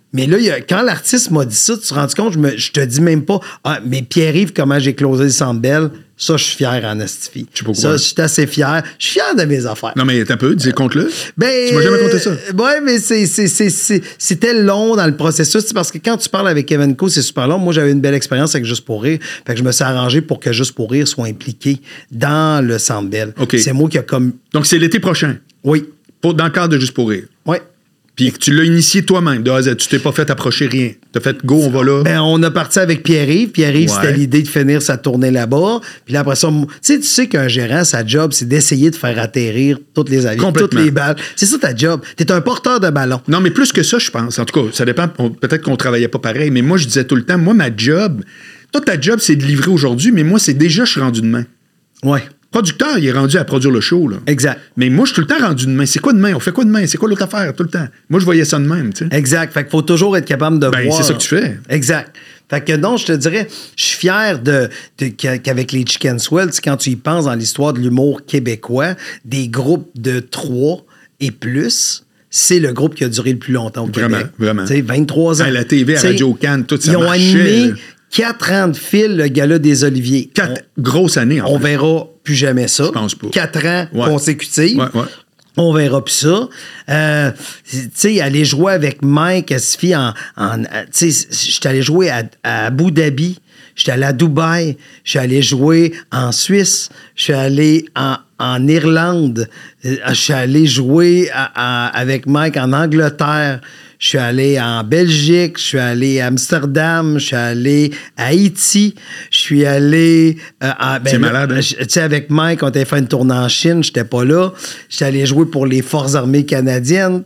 Mais là, quand l'artiste m'a dit ça, tu te rends compte, je te dis même pas, mais Pierre-Yves, comment j'ai closé le Centre Bell, ça, je suis fier en estifie. Ça, je suis assez fier. Je suis fier de mes affaires. Non, mais un peu, dis compte-le. Tu m'as jamais conté ça. Oui, mais c'était long dans le processus. Parce que quand tu parles avec Kevin Co, c'est super long. Moi, j'avais une belle expérience avec Juste pour rire. Fait que je me suis arrangé pour que Juste pour rire soit impliqué dans le Centre Bell. Okay. C'est moi qui a comme... Donc, c'est l'été prochain? Oui. Dans le cadre de Juste pour rire? Oui. Puis tu l'as initié toi-même, de A à Z. Tu t'es pas fait approcher rien. Tu as fait go, on va là. Ben, on a parti avec Pierre-Yves. Pierre-Yves, c'était l'idée de finir sa tournée là-bas. Puis là, après ça, tu sais qu'un gérant, sa job, c'est d'essayer de faire atterrir toutes les avions, toutes les balles. C'est ça ta job. T'es un porteur de ballon. Non, mais plus que ça, je pense. En tout cas, ça dépend. Peut-être qu'on travaillait pas pareil, mais moi, je disais tout le temps, moi, ma job, toi, ta job, c'est de livrer aujourd'hui, mais moi, c'est déjà, je suis rendu demain. Ouais. Producteur, il est rendu à produire le show, là. Exact. Mais moi, je suis tout le temps rendu demain. C'est quoi demain? On fait quoi demain? C'est quoi l'autre affaire? Tout le temps. Moi, je voyais ça de même, tu sais. Exact. Fait qu'il faut toujours être capable de voir. C'est ça que tu fais. Exact. Fait que non, je te dirais, je suis fier qu'avec les Chicken Swell, quand tu y penses dans l'histoire de l'humour québécois, des groupes de 3 et plus, c'est le groupe qui a duré le plus longtemps au Québec. Vraiment. Tu sais, 23 ans. À la TV, à Radio-Can, tout ça ils ont marchait. Animé 4 ans de fil, le gala des Oliviers. 4 grosses années, en fait. On verra plus jamais ça. Je pense pas. 4 ans consécutifs. Ouais. On verra plus ça. Tu sais, aller jouer avec Mike Asfi tu sais, j'étais allé jouer à Abu Dhabi, j'étais allé à Dubaï, j'étais allé jouer en Suisse, je suis allé en Irlande, je suis allé jouer avec Mike en Angleterre, je suis allé en Belgique, je suis allé à Amsterdam, je suis allé à Haïti, je suis allé... c'est malade, hein? Tu sais, avec Mike, on était fait une tournée en Chine, j'étais pas là. J'étais allé jouer pour les Forces armées canadiennes.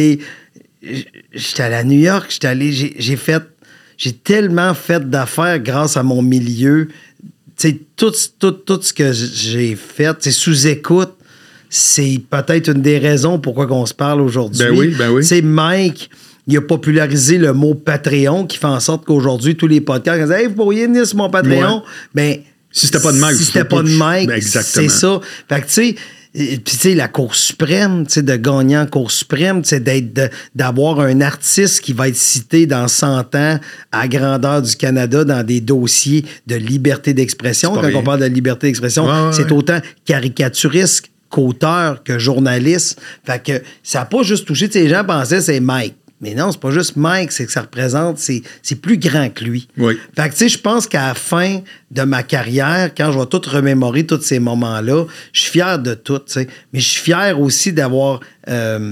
J'étais allé à New York, j'ai tellement fait d'affaires grâce à mon milieu. Tu sais, tout ce que j'ai fait, c'est sous écoute. C'est peut-être une des raisons pourquoi on se parle aujourd'hui. Ben oui. C'est Mike, il a popularisé le mot Patreon qui fait en sorte qu'aujourd'hui, tous les podcasts disent « Hey, vous pourriez venir sur mon Patreon? » Ben, si c'était pas de Mike, ben, c'est ça. Fait que, tu sais, puis, tu sais, la Cour suprême, tu sais, de gagner en Cour suprême, tu sais, d'avoir un artiste qui va être cité dans 100 ans à grandeur du Canada dans des dossiers de liberté d'expression. Quand on parle de liberté d'expression, c'est autant caricaturiste qu'auteur, que journaliste. Fait que ça n'a pas juste touché. Tu sais, les gens pensaient que c'est Mike. Mais non, c'est pas juste Mike, c'est que ça représente, c'est plus grand que lui. Oui. Fait que, tu sais, je pense qu'à la fin de ma carrière, quand je vais tout remémorer tous ces moments-là, je suis fier de tout, tu sais. Mais je suis fier aussi d'avoir, tu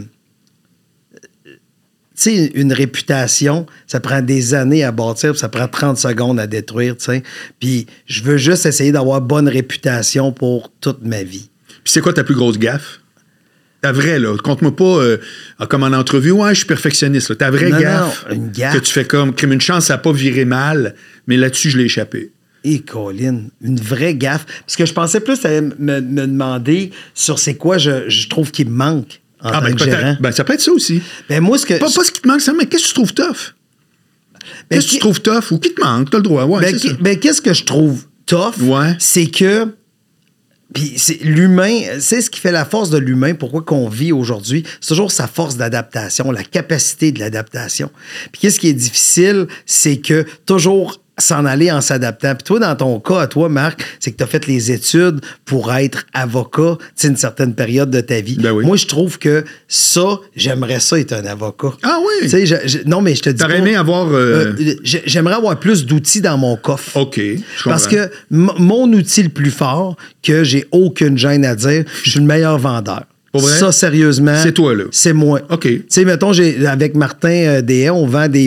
sais, une réputation, ça prend des années à bâtir, puis ça prend 30 secondes à détruire, tu sais. Puis je veux juste essayer d'avoir bonne réputation pour toute ma vie. Puis c'est quoi ta plus grosse gaffe? Ta vraie, là. Compte-moi pas comme en entrevue. Ouais, je suis perfectionniste. Là. Ta vraie gaffe. Non, une gaffe. Que tu fais comme une chance, ça n'a pas viré mal, mais là-dessus, je l'ai échappé. Et Colin, une vraie gaffe. Parce que je pensais plus à me demander sur c'est quoi je trouve qu'il me manque en tant que gérant. Ben, ça peut être ça aussi. Ben, moi, ce que... Pas ce qui te manque, ça, mais qu'est-ce que tu trouves tough? Qu'est-ce que tu trouves tough ou qui te manque? T'as le droit. Ouais, c'est ça. Ben, qu'est-ce que je trouve tough? Ouais. C'est que... Puis c'est l'humain, c'est ce qui fait la force de l'humain, pourquoi qu'on vit aujourd'hui, c'est toujours sa force d'adaptation, la capacité de l'adaptation. Puis qu'est-ce qui est difficile, c'est que toujours s'en aller en s'adaptant. Puis toi, dans ton cas, à toi, Marc, c'est que tu as fait les études pour être avocat, tu sais, une certaine période de ta vie. Ben oui. Moi, je trouve que ça, j'aimerais ça être un avocat. Ah oui? Tu sais, non, mais je te dis T'aurais aimé avoir... j'aimerais avoir plus d'outils dans mon coffre. OK, je comprends. Parce que mon outil le plus fort, que j'ai aucune gêne à dire, je suis le meilleur vendeur. Ça, sérieusement. C'est toi, là. C'est moi. OK. Tu sais, mettons, avec Martin Deshaies, on vend tu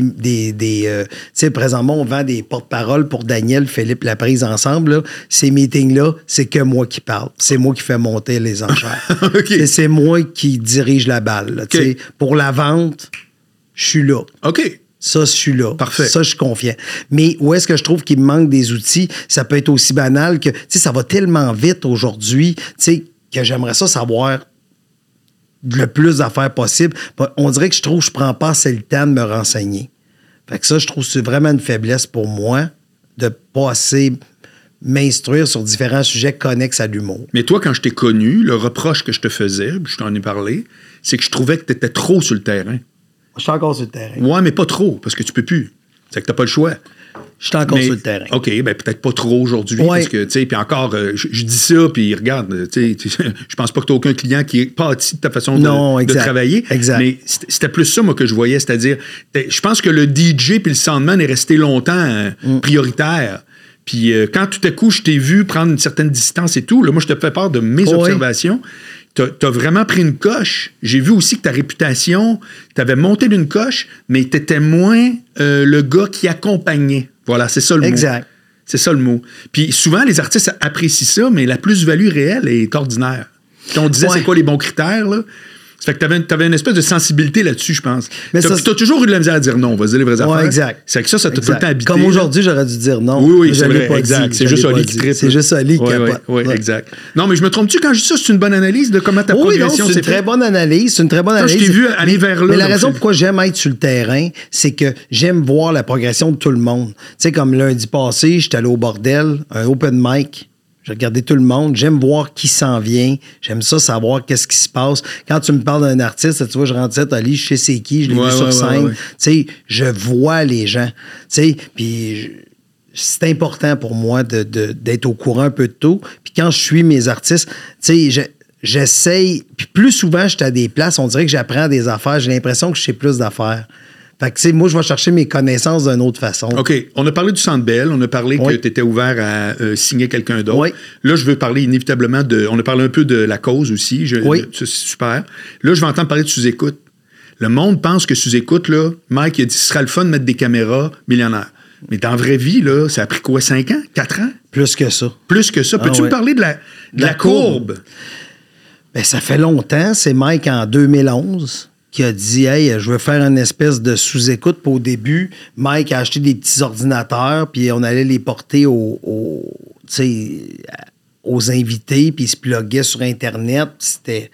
sais, présentement, on vend des porte-paroles pour Daniel, Philippe Laprise ensemble. Là. Ces meetings-là, c'est que moi qui parle. C'est moi qui fais monter les enchères. OK. C'est moi qui dirige la balle. Là, OK. Pour la vente, je suis là. OK. Ça, je suis là. Parfait. Ça, je suis confiant. Mais où est-ce que je trouve qu'il me manque des outils? Ça peut être aussi banal que, tu sais, ça va tellement vite aujourd'hui, tu sais, que j'aimerais ça savoir le plus d'affaires possible. On dirait que je prends pas assez le temps de me renseigner. Fait que ça, je trouve que c'est vraiment une faiblesse pour moi de pas assez m'instruire sur différents sujets connexes à l'humour. Mais toi, quand je t'ai connu, le reproche que je te faisais, je t'en ai parlé, c'est que je trouvais que tu étais trop sur le terrain. Je suis encore sur le terrain. Ouais, mais pas trop, parce que tu peux plus. C'est que t'as pas le choix. Je suis encore sur le terrain. OK, ben peut-être pas trop aujourd'hui, parce que, tu sais, puis encore, je dis ça, puis regarde, tu sais, je pense pas que tu as aucun client qui est pâti de ta façon de travailler. Exact. Mais c'était plus ça, moi, que je voyais, c'est-à-dire, je pense que le DJ puis le soundman est resté longtemps prioritaire. Puis quand tout à coup, je t'ai vu prendre une certaine distance et tout, là, moi, je te fais part de mes observations. T'as vraiment pris une coche. J'ai vu aussi que ta réputation, t'avais monté d'une coche, mais t'étais moins le gars qui accompagnait. Voilà, c'est ça le mot. Exact. C'est ça le mot. Puis souvent, les artistes apprécient ça, mais la plus-value réelle est ordinaire. Quand on disait c'est quoi les bons critères, là, ça fait que t'avais une espèce de sensibilité là-dessus, je pense. Mais t'as toujours eu de la misère à dire non, on va se dire les vraies affaires. Exact. C'est que ça t'a tout le temps habité. Comme aujourd'hui, j'aurais dû dire non. Oui, c'est vrai, exact. C'est juste Oli qui tripe. C'est juste Oli qui capote. Oui, exact. Non, mais je me trompe-tu quand je dis ça? C'est une bonne analyse de comment ta progression c'est une très bonne analyse. C'est une très bonne analyse. Quand je t'ai vu aller vers là. Mais la raison pourquoi j'aime être sur le terrain, c'est que j'aime voir la progression de tout le monde. Tu sais, comme lundi passé, j'étais allé au bordel, un open mic. J'ai regardé tout le monde. J'aime voir qui s'en vient. J'aime ça, savoir qu'est-ce qui se passe. Quand tu me parles d'un artiste, tu vois, je rentre Ali, je sais c'est qui, je l'ai vu sur scène. Tu sais, je vois les gens. Tu sais, puis c'est important pour moi d'être au courant un peu de tout. Puis quand je suis mes artistes, tu sais, j'essaye. Puis plus souvent, j'étais à des places, on dirait que j'apprends des affaires. J'ai l'impression que je sais plus d'affaires. Fait que, tu sais, moi, je vais chercher mes connaissances d'une autre façon. OK. On a parlé du Centre Bell. On a parlé que tu étais ouvert à signer quelqu'un d'autre. Oui. Là, je veux parler inévitablement on a parlé un peu de la cause aussi. C'est super. Là, je vais entendre parler de sous-écoute. Le monde pense que sous-écoute, là, Mike, il a dit ce sera le fun de mettre des caméras millionnaires. Mais dans la vraie vie, là, ça a pris quoi, 5 ans? 4 ans? Plus que ça. Plus que ça. Peux-tu me parler de la courbe? Bien, ça fait longtemps. C'est Mike en 2011. Qui a dit « Hey, je veux faire une espèce de sous-écoute. » Puis au début, Mike a acheté des petits ordinateurs, puis on allait les porter aux invités, puis ils se pluguaient sur Internet. C'était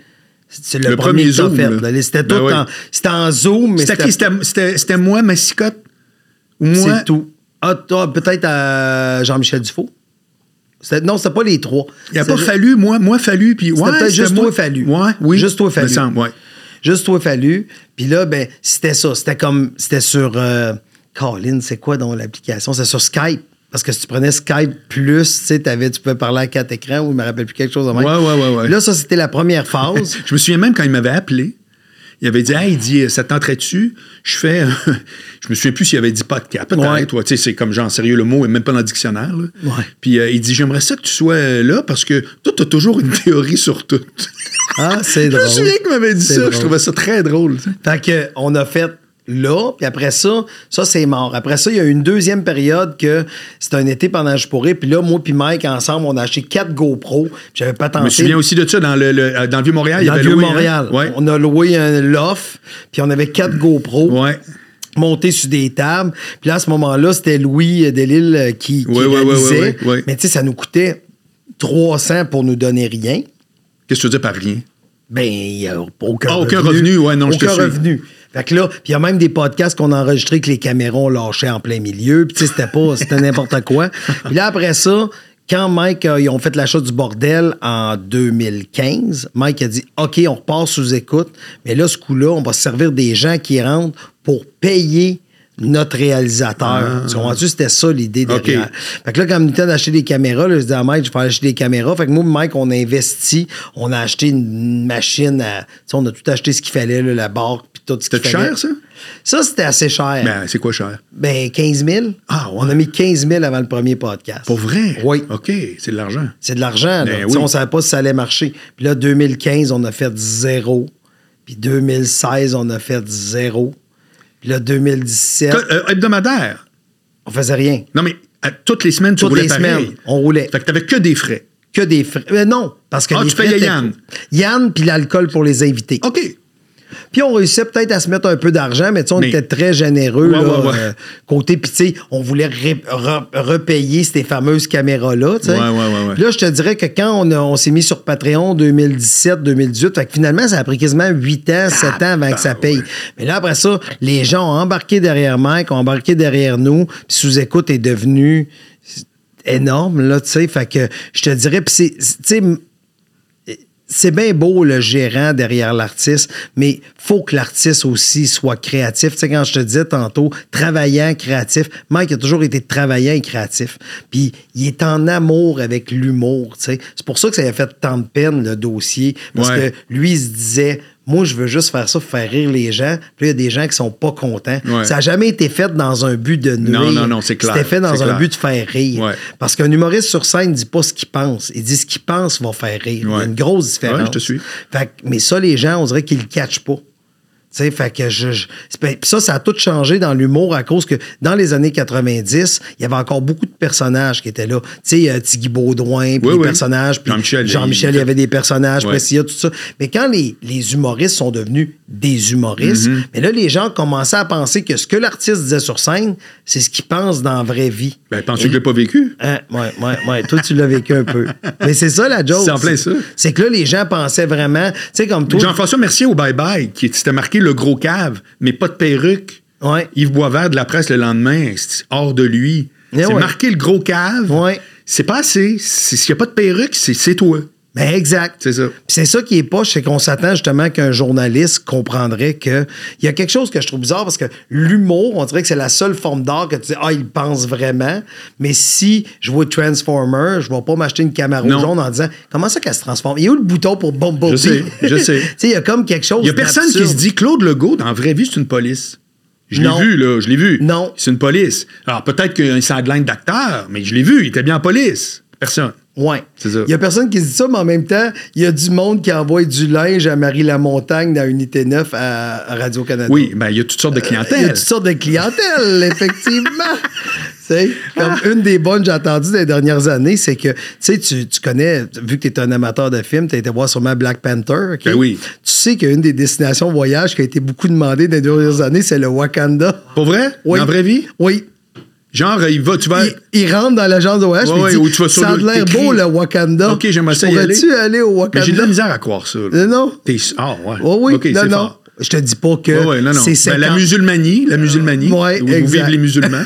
le premier Zoom. C'était tout c'était en Zoom. Mais c'était moi, Massicotte? Moi? C'est tout. Peut-être à Jean-Michel Dufault. Non, c'était pas les trois. Il n'a pas fallu, moi fallu, puis c'était peut-être juste toi fallu. Oui, juste toi fallu. Me semble, ouais. Juste toi fallu. Puis là, ben, c'était ça. C'était sur... Colin, c'est quoi dans l'application? C'est sur Skype. Parce que si tu prenais Skype plus, tu pouvais parler à 4 écrans ou je me rappelle plus quelque chose de même. Ouais. Là, ça, c'était la première phase. Je me souviens même quand il m'avait appelé. Il avait dit, il dit, ça tenterait-tu? Je me souviens plus s'il avait dit podcast. Peut-être, tu sais, c'est comme genre, sérieux, le mot est même pas dans le dictionnaire. Là. Ouais. Puis il dit, j'aimerais ça que tu sois là parce que toi, t'as toujours une théorie sur tout. Ah, c'est drôle. Je me souviens qu'il m'avait dit ça. Drôle. Je trouvais ça très drôle. Fait qu'on a fait là, puis après ça, c'est mort. Après ça, il y a eu une deuxième période que c'était un été pendant que je pourrais. Puis là, moi puis Mike, ensemble, on a acheté 4 GoPro. J'avais pas tenté. Je me souviens aussi de ça dans le Vieux-Montréal. Dans le Vieux-Montréal. On a loué un loft, puis on avait 4 GoPro. Ouais. Montés sur des tables. Puis là, à ce moment-là, c'était Louis Delisle qui réalisait. Ouais. Mais tu sais, ça nous coûtait 300 pour nous donner rien. Qu'est-ce que tu veux dire par rien? Ben, il n'y a aucun revenu. Aucun revenu, non, je te suis. Aucun revenu. Fait que là, puis il y a même des podcasts qu'on a enregistrés que les caméras ont lâché en plein milieu. Puis tu sais, c'était n'importe quoi. Puis là, après ça, quand Mike, ils ont fait l'achat du bordel en 2015, Mike a dit « OK, on repart sous écoute, mais là, ce coup-là, on va se servir des gens qui rentrent pour payer notre réalisateur. » Tu comprends-tu? C'était ça l'idée derrière. Okay. Fait que là, quand on était d'acheter des caméras, là, je dis à Mike, je vais acheter des caméras. Fait que moi, Mike, on a investi, on a acheté une machine à... Tu sais, on a tout acheté ce qu'il fallait, là, la barre, puis tout ce qu'il fallait. C'était cher, ça? Ça, c'était assez cher. Ben, c'est quoi cher? Ben, 15 000. Ah, ouais. On a mis 15 000 avant le premier podcast. Pour vrai? Oui. OK, c'est de l'argent. C'est de l'argent, là. Ben, oui. On ne savait pas si ça allait marcher. Puis là, 2015, on a fait 0. Puis 2016, on a fait 0. Puis là, 2017... hebdomadaire? On faisait rien. Non, mais toutes les semaines, tu roulais pareil. Toutes les semaines, on roulait. Fait que t'avais que des frais. Que des frais. Non, parce que les tu payais Yann. Yann, puis l'alcool pour les invités. OK. Puis on réussissait peut-être à se mettre un peu d'argent, mais tu sais, on était très généreux. Côté, puis tu sais, on voulait repayer ces fameuses caméras-là. Ouais. Là, je te dirais que quand on s'est mis sur Patreon 2017-2018, fait que finalement, ça a pris quasiment 8 ans, 7 ans avant que ça paye. Mais là, après ça, les gens ont embarqué derrière Mike, ont embarqué derrière nous, puis sous-écoute est devenu énorme, là, tu sais. Fait que je te dirais, puis tu sais, c'est bien beau le gérant derrière l'artiste, mais faut que l'artiste aussi soit créatif. Tu sais, quand je te disais tantôt, travaillant, créatif, Mike a toujours été travaillant et créatif. Puis il est en amour avec l'humour, tu sais. C'est pour ça que ça a fait tant de peine, le dossier, parce que lui, il se disait... Moi, je veux juste faire ça pour faire rire les gens. Puis il y a des gens qui sont pas contents. Ouais. Ça n'a jamais été fait dans un but de nuire. Non, c'est clair. C'était fait dans un but de faire rire. Ouais. Parce qu'un humoriste sur scène ne dit pas ce qu'il pense. Il dit ce qu'il pense va faire rire. Ouais. Il y a une grosse différence. Ouais, je te suis. Mais ça, les gens, on dirait qu'ils le catchent pas. Tu sais, fait que ça a tout changé dans l'humour à cause que dans les années 90, il y avait encore beaucoup de personnages qui étaient là. Tu sais, Tigui Baudouin, puis des personnages, puis Jean-Michel, il y avait des personnages, puis il y a tout ça. Mais quand les humoristes sont devenus des humoristes, mais là, les gens commençaient à penser que ce que l'artiste disait sur scène, c'est ce qu'il pense dans la vraie vie. Ben, penses-tu que je l'ai pas vécu? Ouais. Toi, tu l'as vécu un peu. Mais c'est ça, la joke. C'est en plein ça. C'est que là, les gens pensaient vraiment, tu sais, comme toi. Jean-François Mercier au Bye Bye, qui s'était marqué le gros cave, mais pas de perruque. Ouais. Yves Boisvert de la presse le lendemain, c'est hors de lui. C'est marqué le gros cave. Ouais. C'est pas assez. S'il n'y a pas de perruque, c'est toi. Ben exact. C'est ça. Puis c'est ça qui est poche, c'est qu'on s'attend justement qu'un journaliste comprendrait que il y a quelque chose que je trouve bizarre parce que l'humour, on dirait que c'est la seule forme d'art que tu dis il pense vraiment. Mais si je vois Transformer, je vais pas m'acheter une Camaro jaune en disant comment ça qu'elle se transforme. Il y a où le bouton pour Bumblebee? Je sais. Tu sais, il y a comme quelque chose. Il y a personne qui se dit Claude Legault dans la vraie vie c'est une police. Je l'ai vu. Non. C'est une police. Alors peut-être qu'il y a un sideline d'acteur, mais je l'ai vu. Il était bien en police. Personne. Oui. C'est ça. Il y a personne qui se dit ça, mais en même temps, il y a du monde qui envoie du linge à Marie-Lamontagne dans Unité 9 à Radio-Canada. Oui, bien, il y a toutes sortes de clientèle. Il y a toutes sortes de clientèle, effectivement. Comme une des bonnes que j'ai entendues dans les dernières années, c'est que tu connais, vu que tu es un amateur de films, tu as été voir sûrement Black Panther. Okay? Ben oui. Tu sais qu'une des destinations voyage qui a été beaucoup demandée dans les dernières années, c'est le Wakanda. Pour vrai? Oui. En vraie vie? Oui. Genre, tu vas... Il rentre dans l'agence de voyage et il dit, ça a l'air beau, le Wakanda. OK, j'aimerais ça y aller. Pourrais-tu aller au Wakanda? Mais j'ai de la misère à croire ça. Non. Ouais. Oui, okay, non. Fort. Je te dis pas que c'est 50... la musulmanie, où vivent les musulmans.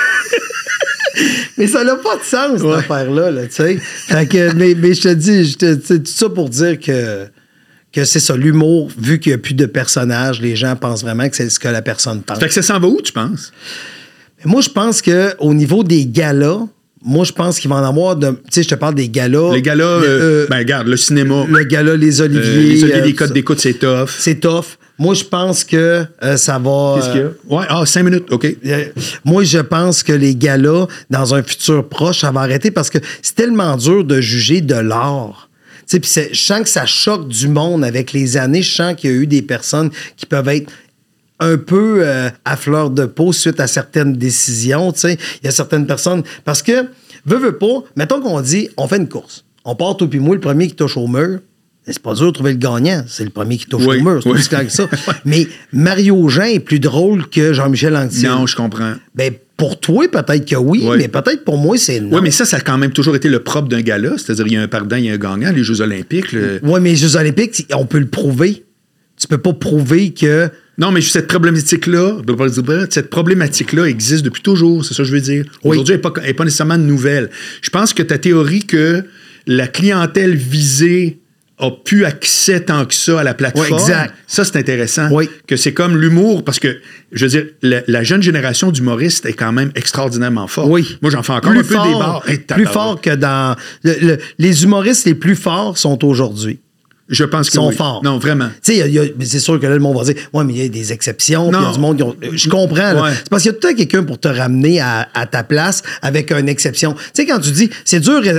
Mais ça n'a pas de sens, cette affaire-là, tu sais. Mais je te dis, tout ça pour dire que c'est ça, l'humour, vu qu'il n'y a plus de personnages, les gens pensent vraiment que c'est ce que la personne pense. Fait que ça s'en va où, tu penses? Moi, je pense qu'au niveau des galas, je pense qu'il va en avoir de... Tu sais, je te parle des galas... Les galas, regarde, le cinéma... Le gala Les Oliviers... les codes d'écoute, c'est tough. C'est tough. Moi, je pense que ça va... Qu'est-ce qu'il y a? 5 minutes, OK. Moi, je pense que les galas, dans un futur proche, ça va arrêter parce que c'est tellement dur de juger de l'art. Tu sais, puis je sens que ça choque du monde avec les années. Je sens qu'il y a eu des personnes qui peuvent être un peu à fleur de peau suite à certaines décisions, tu sais. Il y a certaines personnes... Parce que, veux pas, mettons qu'on dit, on fait une course. On part, toi puis moi, le premier qui touche au mur. C'est pas dur de trouver le gagnant. C'est le premier qui touche au mur. C'est aussi clair que ça. Mais Mario Jean est plus drôle que Jean-Michel Anctil. Non, je comprends. Ben, pour toi, peut-être que oui, mais peut-être pour moi, c'est non. Oui, mais ça a quand même toujours été le propre d'un gala. C'est-à-dire, il y a un perdant, il y a un gagnant. Les Jeux olympiques... Oui, mais les Jeux olympiques, on peut le prouver. Tu peux pas prouver que... Non, mais cette problématique-là existe depuis toujours, c'est ça que je veux dire. Aujourd'hui, elle n'est pas nécessairement nouvelle. Je pense que ta théorie que la clientèle visée a plus accès tant que ça à la plateforme, exact. Ça, c'est intéressant. Oui. Que c'est comme l'humour, parce que, je veux dire, la jeune génération d'humoristes est quand même extraordinairement forte. Oui. Moi, j'en fais encore un peu des bars. Plus fort que dans... les humoristes les plus forts sont aujourd'hui. Je pense qu'ils sont forts. Non, vraiment. Tu sais, c'est sûr que là, le monde va dire « Ouais, mais il y a des exceptions. » Il y a du monde qui ont... Je comprends. Là. C'est parce qu'il y a tout le temps quelqu'un pour te ramener à ta place avec une exception. Tu sais, quand tu dis « C'est dur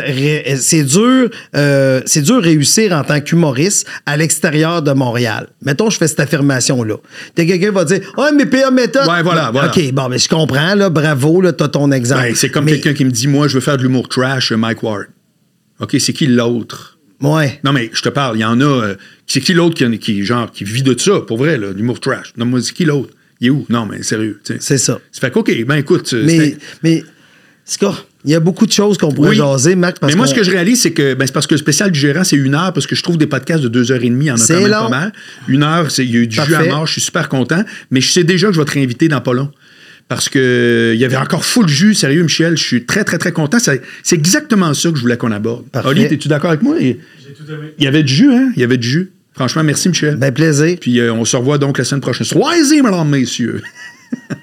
réussir en tant qu'humoriste à l'extérieur de Montréal. » Mettons, je fais cette affirmation-là. Quelqu'un qui va dire « Ouais, mais pire méthode. » Ouais, voilà. OK, bon, mais je comprends. Là, bravo, là, t'as ton exemple. Ben, c'est comme quelqu'un qui me dit « Moi, je veux faire de l'humour trash, Mike Ward. » OK, c'est qui l'autre? Ouais. Non, mais je te parle, il y en a... c'est qui l'autre qui vit de ça, pour vrai, là, l'humour trash? Non, moi, c'est qui l'autre? Il est où? Non, mais sérieux. T'sais. C'est ça. Ça fait qu'OK, ben écoute... Mais Scott, il y a beaucoup de choses qu'on pourrait jaser, Marc. Mais moi, ce que je réalise, c'est que c'est parce que le spécial du gérant, c'est 1 heure, parce que je trouve des podcasts de 2h30, il y en a quand même pas mal. 1 heure, il y a eu du jus à mort, je suis super content, mais je sais déjà que je vais te réinviter dans pas long. parce que il y avait encore full jus. Sérieux, Michel, je suis très, très, très content. C'est exactement ça que je voulais qu'on aborde. Parfait. Oli, es-tu d'accord avec moi? J'ai tout aimé. Il y avait du jus, hein? Il y avait du jus. Franchement, merci, Michel. Ben, plaisir. Puis on se revoit donc la semaine prochaine. Soyez, mesdames, messieurs.